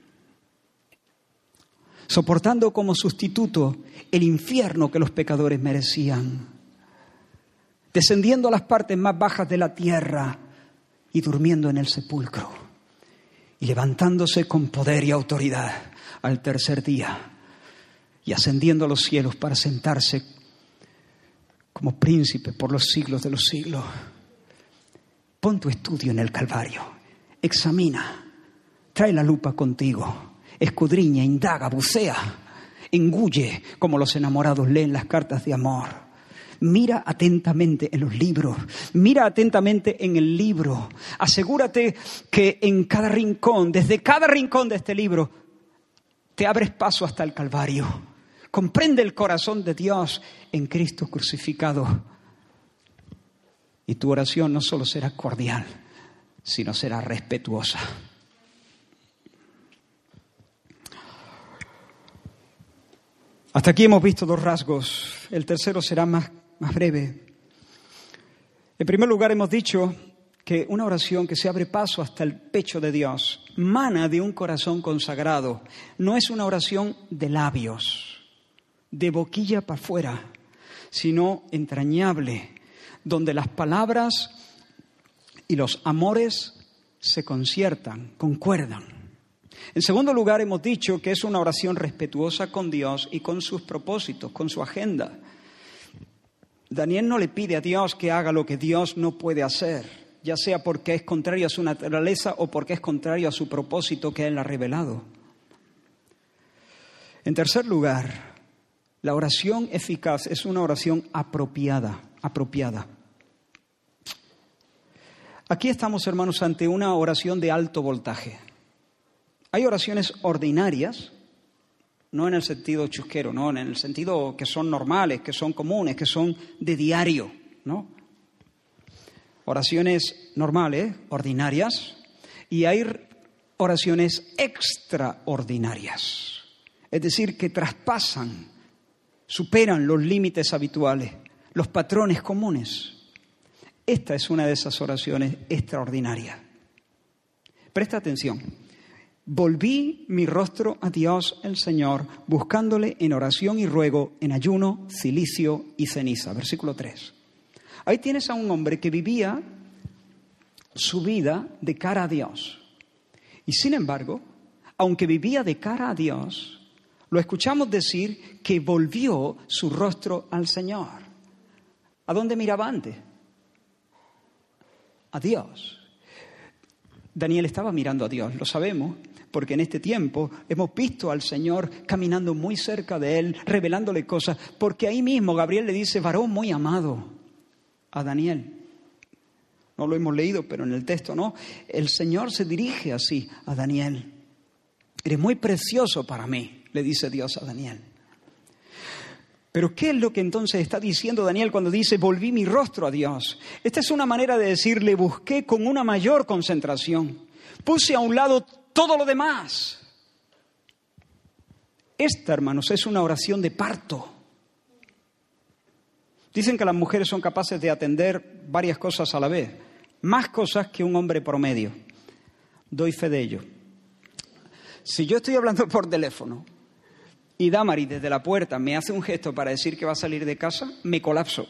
soportando como sustituto el infierno que los pecadores merecían, descendiendo a las partes más bajas de la tierra y durmiendo en el sepulcro, y levantándose con poder y autoridad al tercer día, y ascendiendo a los cielos para sentarse como príncipe por los siglos de los siglos. Pon tu estudio en el Calvario. Examina. Trae la lupa contigo. Escudriña, indaga, bucea. Engulle como los enamorados leen las cartas de amor. Mira atentamente en los libros. Mira atentamente en el libro. Asegúrate que en cada rincón, desde cada rincón de este libro, te abres paso hasta el Calvario. Comprende el corazón de Dios en Cristo crucificado. Y tu oración no solo será cordial, sino será respetuosa. Hasta aquí hemos visto dos rasgos. El tercero será más breve. En primer lugar, hemos dicho que una oración que se abre paso hasta el pecho de Dios mana de un corazón consagrado. No es una oración de labios, de boquilla para afuera, sino entrañable, donde las palabras y los amores se conciertan, concuerdan. En segundo lugar, hemos dicho que es una oración respetuosa con Dios y con sus propósitos, con su agenda. Daniel no le pide a Dios que haga lo que Dios no puede hacer, ya sea porque es contrario a su naturaleza o porque es contrario a su propósito que Él ha revelado. En tercer lugar, la oración eficaz es una oración apropiada. Aquí estamos, hermanos, ante una oración de alto voltaje. Hay oraciones ordinarias, no en el sentido chusquero, no, en el sentido que son normales, que son comunes, que son de diario, ¿no? Oraciones normales, ordinarias, y hay oraciones extraordinarias, es decir, que traspasan, superan los límites habituales, los patrones comunes. Esta es una de esas oraciones extraordinarias. Presta atención. Volví mi rostro a Dios el Señor, buscándole en oración y ruego, en ayuno, cilicio y ceniza. Versículo 3. Ahí tienes a un hombre que vivía su vida de cara a Dios. Y sin embargo, aunque vivía de cara a Dios, lo escuchamos decir que volvió su rostro al Señor. ¿A dónde miraba antes? A Dios. Daniel estaba mirando a Dios, lo sabemos, porque en este tiempo hemos visto al Señor caminando muy cerca de él, revelándole cosas, porque ahí mismo Gabriel le dice, varón muy amado, a Daniel. No lo hemos leído, pero en el texto no. El Señor se dirige así a Daniel. Eres muy precioso para mí, le dice Dios a Daniel. Pero ¿qué es lo que entonces está diciendo Daniel cuando dice, volví mi rostro a Dios? Esta es una manera de decir, le busqué con una mayor concentración. Puse a un lado todo lo demás. Esta, hermanos, es una oración de parto. Dicen que las mujeres son capaces de atender varias cosas a la vez. Más cosas que un hombre promedio. Doy fe de ello. Si yo estoy hablando por teléfono y Damaris desde la puerta me hace un gesto para decir que va a salir de casa, me colapso.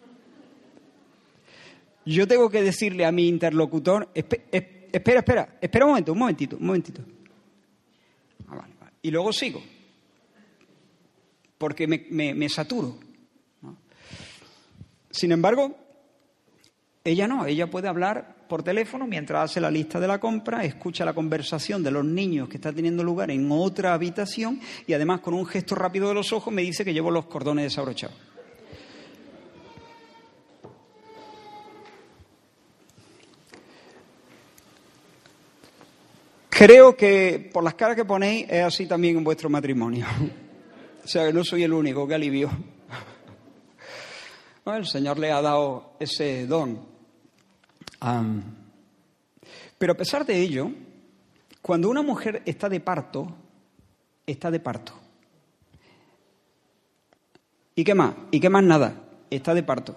Yo tengo que decirle a mi interlocutor, espera un momentito. Vale. Y luego sigo, porque me saturo, ¿no? Sin embargo, ella no, ella puede hablar por teléfono mientras hace la lista de la compra, escucha la conversación de los niños que está teniendo lugar en otra habitación y además con un gesto rápido de los ojos me dice que llevo los cordones desabrochados. Creo que por las caras que ponéis es así también en vuestro matrimonio. O sea que no soy el único que alivio. Bueno, el Señor le ha dado ese don. Pero a pesar de ello, cuando una mujer está de parto, está de parto. ¿Y qué más? ¿Y qué más nada? Está de parto.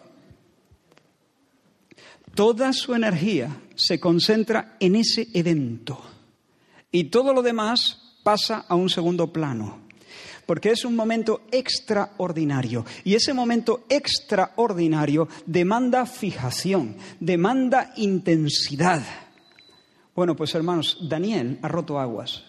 Toda su energía se concentra en ese evento. Y todo lo demás pasa a un segundo plano. Porque es un momento extraordinario. Y ese momento extraordinario demanda fijación, demanda intensidad. Bueno, pues hermanos, Daniel ha roto aguas.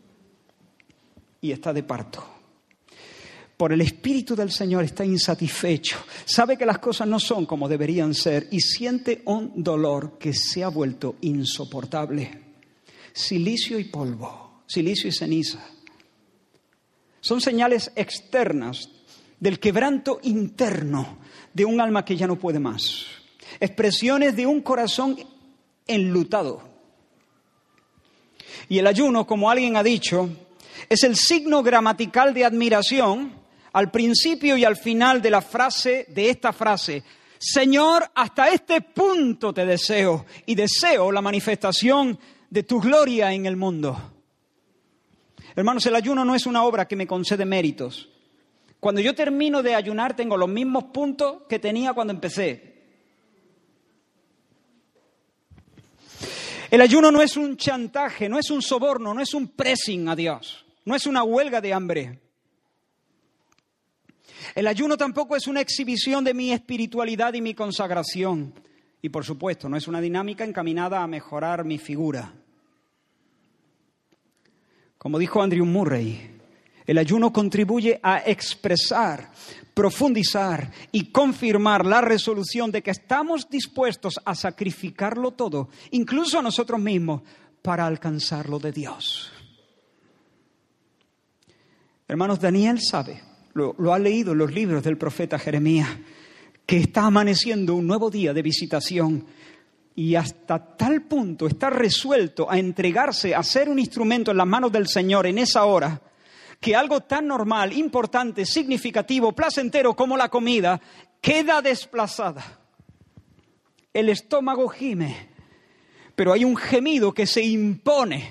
Y está de parto. Por el Espíritu del Señor está insatisfecho. Sabe que las cosas no son como deberían ser. Y siente un dolor que se ha vuelto insoportable. Silicio y polvo, silicio y ceniza. Son señales externas del quebranto interno de un alma que ya no puede más. Expresiones de un corazón enlutado. Y el ayuno, como alguien ha dicho, es el signo gramatical de admiración al principio y al final de esta frase. Señor, hasta este punto te deseo y deseo la manifestación de tu gloria en el mundo. Hermanos, el ayuno no es una obra que me concede méritos. Cuando yo termino de ayunar tengo los mismos puntos que tenía cuando empecé. El ayuno no es un chantaje, no es un soborno, no es un pressing a Dios, no es una huelga de hambre. El ayuno tampoco es una exhibición de mi espiritualidad y mi consagración. Y por supuesto, no es una dinámica encaminada a mejorar mi figura. Como dijo Andrew Murray, el ayuno contribuye a expresar, profundizar y confirmar la resolución de que estamos dispuestos a sacrificarlo todo, incluso a nosotros mismos, para alcanzar lo de Dios. Hermanos, Daniel sabe, lo ha leído en los libros del profeta Jeremías, que está amaneciendo un nuevo día de visitación y hasta tal punto está resuelto a entregarse, a ser un instrumento en las manos del Señor en esa hora, que algo tan normal, importante, significativo, placentero como la comida, queda desplazada. El estómago gime, pero hay un gemido que se impone.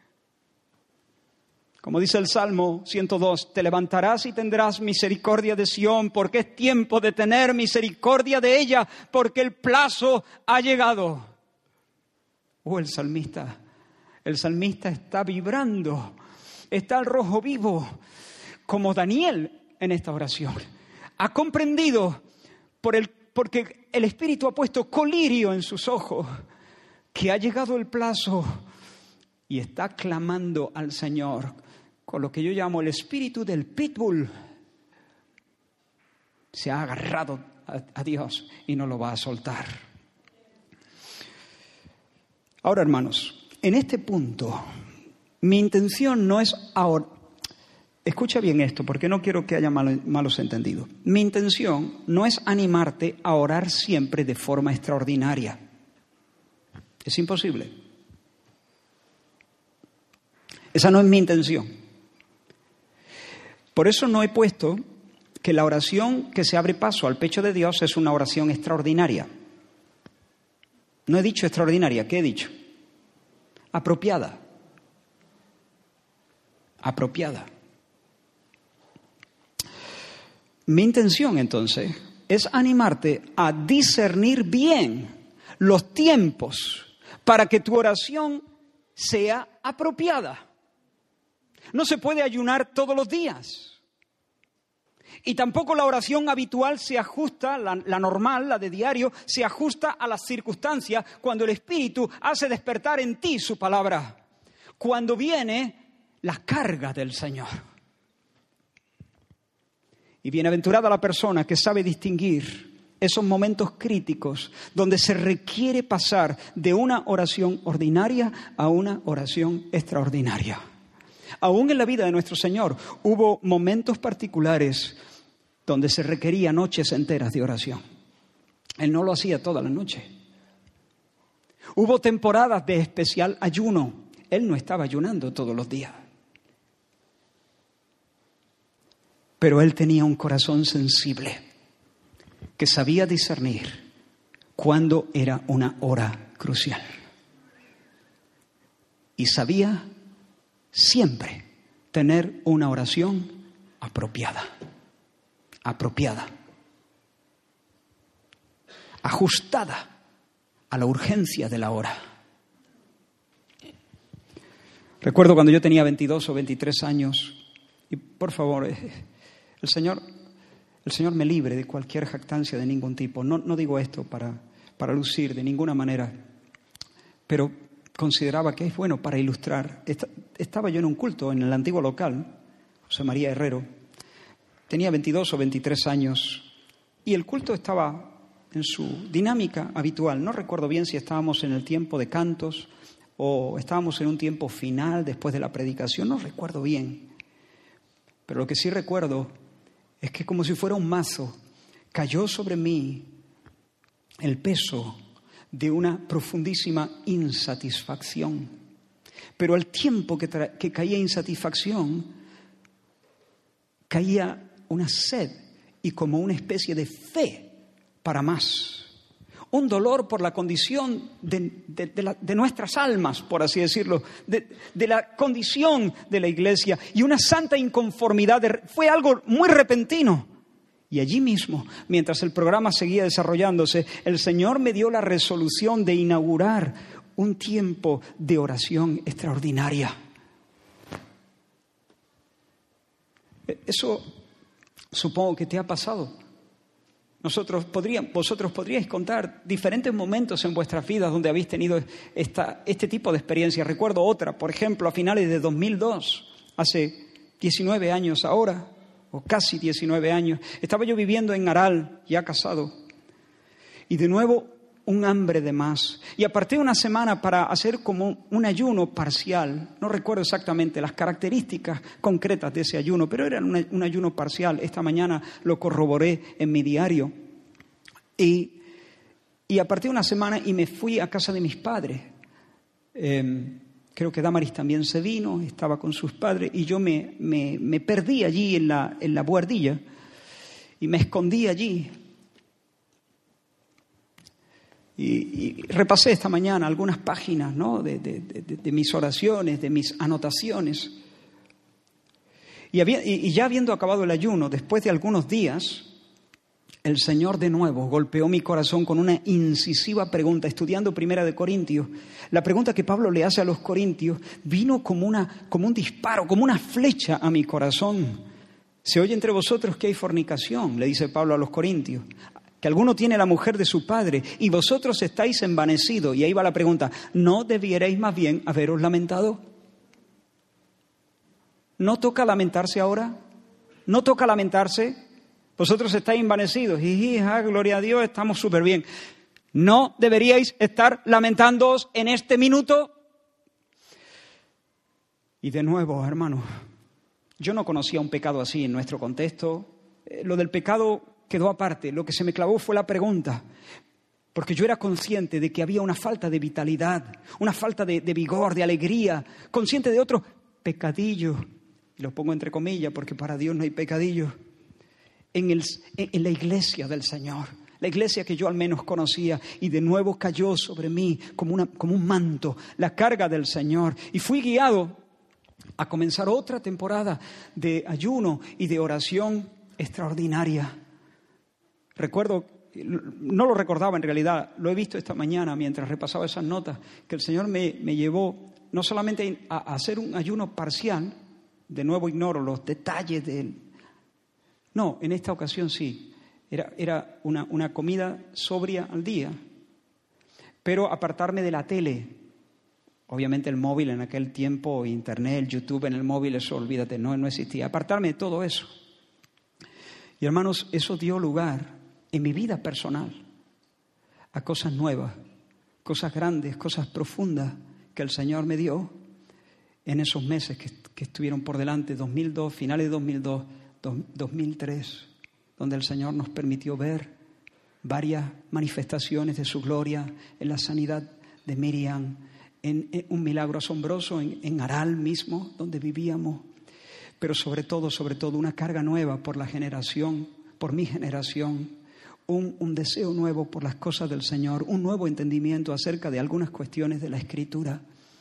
Como dice el Salmo 102, te levantarás y tendrás misericordia de Sión, porque es tiempo de tener misericordia de ella, porque el plazo ha llegado. El salmista, El salmista está vibrando, está al rojo vivo, como Daniel en esta oración. Ha comprendido porque el Espíritu ha puesto colirio en sus ojos, que ha llegado el plazo y está clamando al Señor con lo que yo llamo el espíritu del pitbull. Se ha agarrado a Dios y no lo va a soltar. Ahora, hermanos, en este punto, mi intención no es ahora. Escucha bien esto, porque no quiero que haya malos entendidos. Mi intención no es animarte a orar siempre de forma extraordinaria. Es imposible. Esa no es mi intención. Por eso no he puesto que la oración que se abre paso al pecho de Dios es una oración extraordinaria. No he dicho extraordinaria, ¿qué he dicho? Apropiada. Apropiada. Mi intención, entonces, es animarte a discernir bien los tiempos para que tu oración sea apropiada. No se puede ayunar todos los días. Y tampoco la oración habitual se ajusta, la normal, la de diario, se ajusta a las circunstancias cuando el Espíritu hace despertar en ti su palabra. Cuando viene la carga del Señor. Y bienaventurada la persona que sabe distinguir esos momentos críticos donde se requiere pasar de una oración ordinaria a una oración extraordinaria. Aún en la vida de nuestro Señor hubo momentos particulares donde se requería noches enteras de oración. Él no lo hacía toda la noche. Hubo temporadas de especial ayuno. Él no estaba ayunando todos los días. Pero él tenía un corazón sensible que sabía discernir cuándo era una hora crucial. Y sabía siempre tener una oración apropiada, ajustada a la urgencia de la hora. Recuerdo cuando yo tenía 22 o 23 años, y por favor, el Señor me libre de cualquier jactancia de ningún tipo. No digo esto para lucir de ninguna manera, pero consideraba que es bueno para ilustrar. Estaba yo en un culto en el antiguo local, José María Herrero. Tenía 22 o 23 años y el culto estaba en su dinámica habitual. No recuerdo bien si estábamos en el tiempo de cantos o estábamos en un tiempo final después de la predicación. No recuerdo bien. Pero lo que sí recuerdo es que como si fuera un mazo, cayó sobre mí el peso de una profundísima insatisfacción. Pero al tiempo que caía insatisfacción, caía una sed y como una especie de fe para más. Un dolor por la condición de nuestras almas, por así decirlo, de la condición de la iglesia y una santa inconformidad. Fue algo muy repentino. Y allí mismo, mientras el programa seguía desarrollándose, el Señor me dio la resolución de inaugurar un tiempo de oración extraordinaria. Eso supongo que te ha pasado. Vosotros podríais contar diferentes momentos en vuestras vidas donde habéis tenido este tipo de experiencias. Recuerdo otra, por ejemplo, a finales de 2002, hace 19 años ahora, o casi 19 años. Estaba yo viviendo en Aral, ya casado, y de nuevo un hambre de más. Y aparté una semana para hacer como un ayuno parcial. No recuerdo exactamente las características concretas de ese ayuno, pero era un ayuno parcial. Esta mañana lo corroboré en mi diario. Y aparté una semana y me fui a casa de mis padres. Creo que Damaris también se vino, estaba con sus padres, y yo me perdí allí en la buhardilla y me escondí allí. Y repasé esta mañana algunas páginas, ¿no? de mis oraciones, de mis anotaciones. Y ya habiendo acabado el ayuno, después de algunos días, el Señor de nuevo golpeó mi corazón con una incisiva pregunta, estudiando 1 Corintios. La pregunta que Pablo le hace a los corintios vino como un disparo, como una flecha a mi corazón. ¿Se oye entre vosotros que hay fornicación?, le dice Pablo a los corintios. Que alguno tiene la mujer de su padre y vosotros estáis envanecidos. Y ahí va la pregunta, ¿no debierais más bien haberos lamentado? ¿No toca lamentarse ahora? ¿No toca lamentarse? Vosotros estáis envanecidos. Y gloria a Dios, estamos súper bien. ¿No deberíais estar lamentándoos en este minuto? Y de nuevo, hermanos, yo no conocía un pecado así en nuestro contexto. Lo del pecado quedó aparte. Lo que se me clavó fue la pregunta. Porque yo era consciente de que había una falta de vitalidad, una falta de vigor, de alegría. Consciente de otros pecadillos. Y lo pongo entre comillas porque para Dios no hay pecadillos. En la iglesia del Señor. La iglesia que yo al menos conocía. Y de nuevo cayó sobre mí como un manto. La carga del Señor. Y fui guiado a comenzar otra temporada de ayuno y de oración extraordinaria. Recuerdo, no lo recordaba en realidad, lo he visto esta mañana mientras repasaba esas notas, que el Señor me llevó no solamente a hacer un ayuno parcial, de nuevo ignoro los detalles de él. No, en esta ocasión sí, era una comida sobria al día, pero apartarme de la tele. Obviamente el móvil en aquel tiempo, internet, YouTube en el móvil, eso olvídate, no existía. Apartarme de todo eso. Y hermanos, eso dio lugar en mi vida personal a cosas nuevas, cosas grandes, cosas profundas que el Señor me dio en esos meses que estuvieron por delante, 2002, finales de 2002, 2003, donde el Señor nos permitió ver varias manifestaciones de su gloria en la sanidad de Miriam, en un milagro asombroso en Aral mismo, donde vivíamos, pero sobre todo una carga nueva por la generación, por mi generación, un deseo nuevo por las cosas del Señor, un nuevo entendimiento acerca de algunas cuestiones de la Escritura.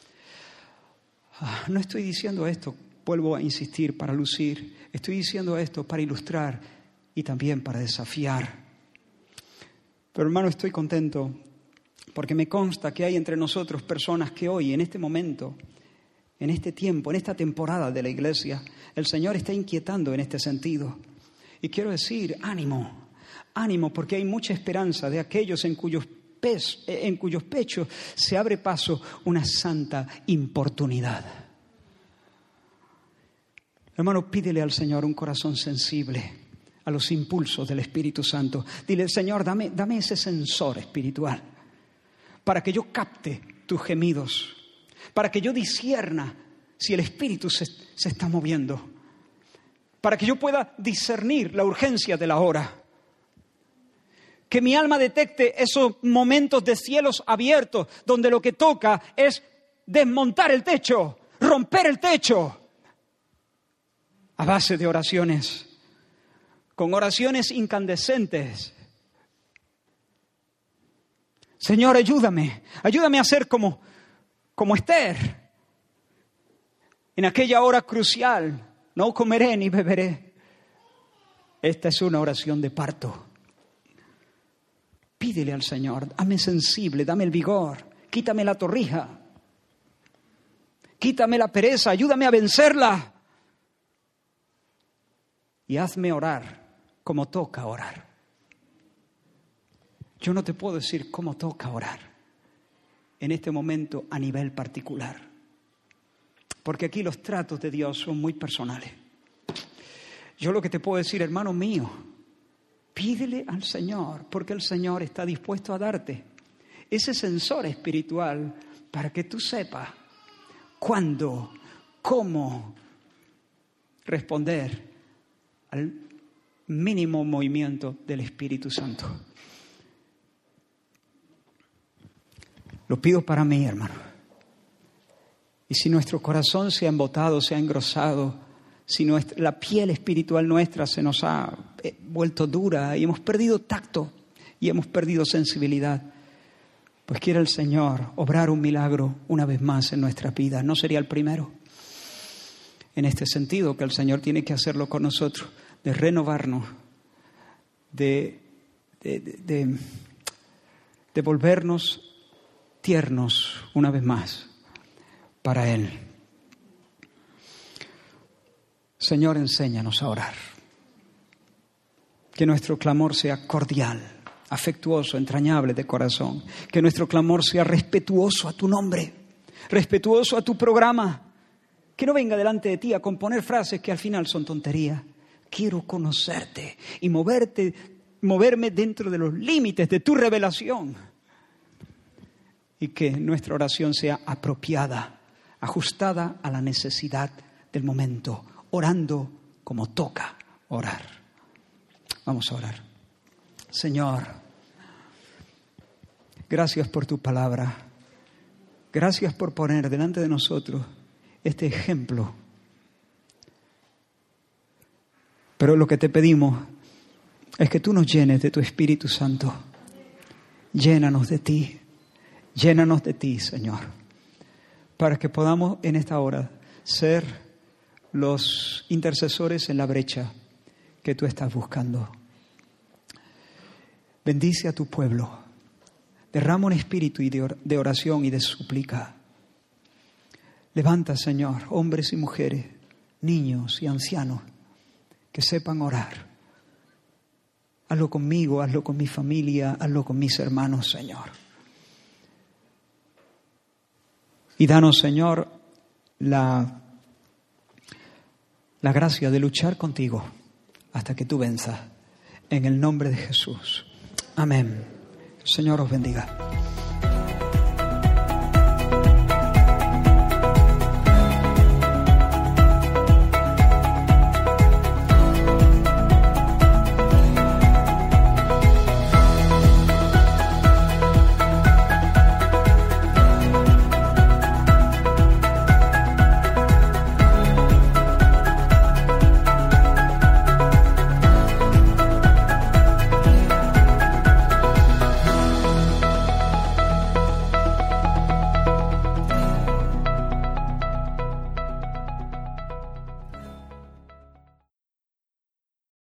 No estoy diciendo esto, vuelvo a insistir, para lucir, estoy diciendo esto para ilustrar y también para desafiar. Pero hermano, estoy contento porque me consta que hay entre nosotros personas que hoy, en este momento, en este tiempo, en esta temporada de la iglesia, el Señor está inquietando en este sentido. Y quiero decir, ánimo, porque hay mucha esperanza de aquellos en cuyos pechos se abre paso una santa importunidad. Hermano, pídele al Señor un corazón sensible a los impulsos del Espíritu Santo. Dile, Señor, dame ese sensor espiritual para que yo capte tus gemidos, para que yo discierna si el Espíritu se está moviendo, para que yo pueda discernir la urgencia de la hora. Que mi alma detecte esos momentos de cielos abiertos donde lo que toca es desmontar el techo, romper el techo, a base de oraciones, con oraciones incandescentes. Señor, ayúdame a ser como Esther. En aquella hora crucial, no comeré ni beberé. Esta es una oración de parto. Pídele al Señor, hazme sensible, dame el vigor, quítame la torrija, quítame la pereza, ayúdame a vencerla. Y hazme orar como toca orar. Yo no te puedo decir cómo toca orar en este momento a nivel particular, porque aquí los tratos de Dios son muy personales. Yo lo que te puedo decir, hermano mío, pídele al Señor, porque el Señor está dispuesto a darte ese sensor espiritual para que tú sepas cuándo, cómo responder al mínimo movimiento del Espíritu Santo. Lo pido para mí, hermano. Y si nuestro corazón se ha embotado, se ha engrosado, si la piel espiritual nuestra se nos ha vuelto dura y hemos perdido tacto y hemos perdido sensibilidad, pues quiere el Señor obrar un milagro una vez más en nuestra vida. No sería el primero. En este sentido, que el Señor tiene que hacerlo con nosotros, de renovarnos, de de volvernos tiernos una vez más para Él. Señor, enséñanos a orar. Que nuestro clamor sea cordial, afectuoso, entrañable de corazón. Que nuestro clamor sea respetuoso a tu nombre, respetuoso a tu programa. Que no venga delante de ti a componer frases que al final son tonterías. Quiero conocerte y moverme dentro de los límites de tu revelación. Y que nuestra oración sea apropiada, ajustada a la necesidad del momento, orando como toca orar. Vamos a orar. Señor, gracias por tu palabra. Gracias por poner delante de nosotros este ejemplo. Pero lo que te pedimos es que tú nos llenes de tu Espíritu Santo. Llénanos de ti. Llénanos de ti, Señor, para que podamos en esta hora ser los intercesores en la brecha que tú estás buscando. Bendice a tu pueblo. Derrama un espíritu de oración y de súplica. Levanta, Señor, hombres y mujeres, niños y ancianos que sepan orar. Hazlo conmigo, hazlo con mi familia, hazlo con mis hermanos, Señor. Y danos, Señor, la gracia de luchar contigo hasta que tú venzas. En el nombre de Jesús. Amén. Señor os bendiga.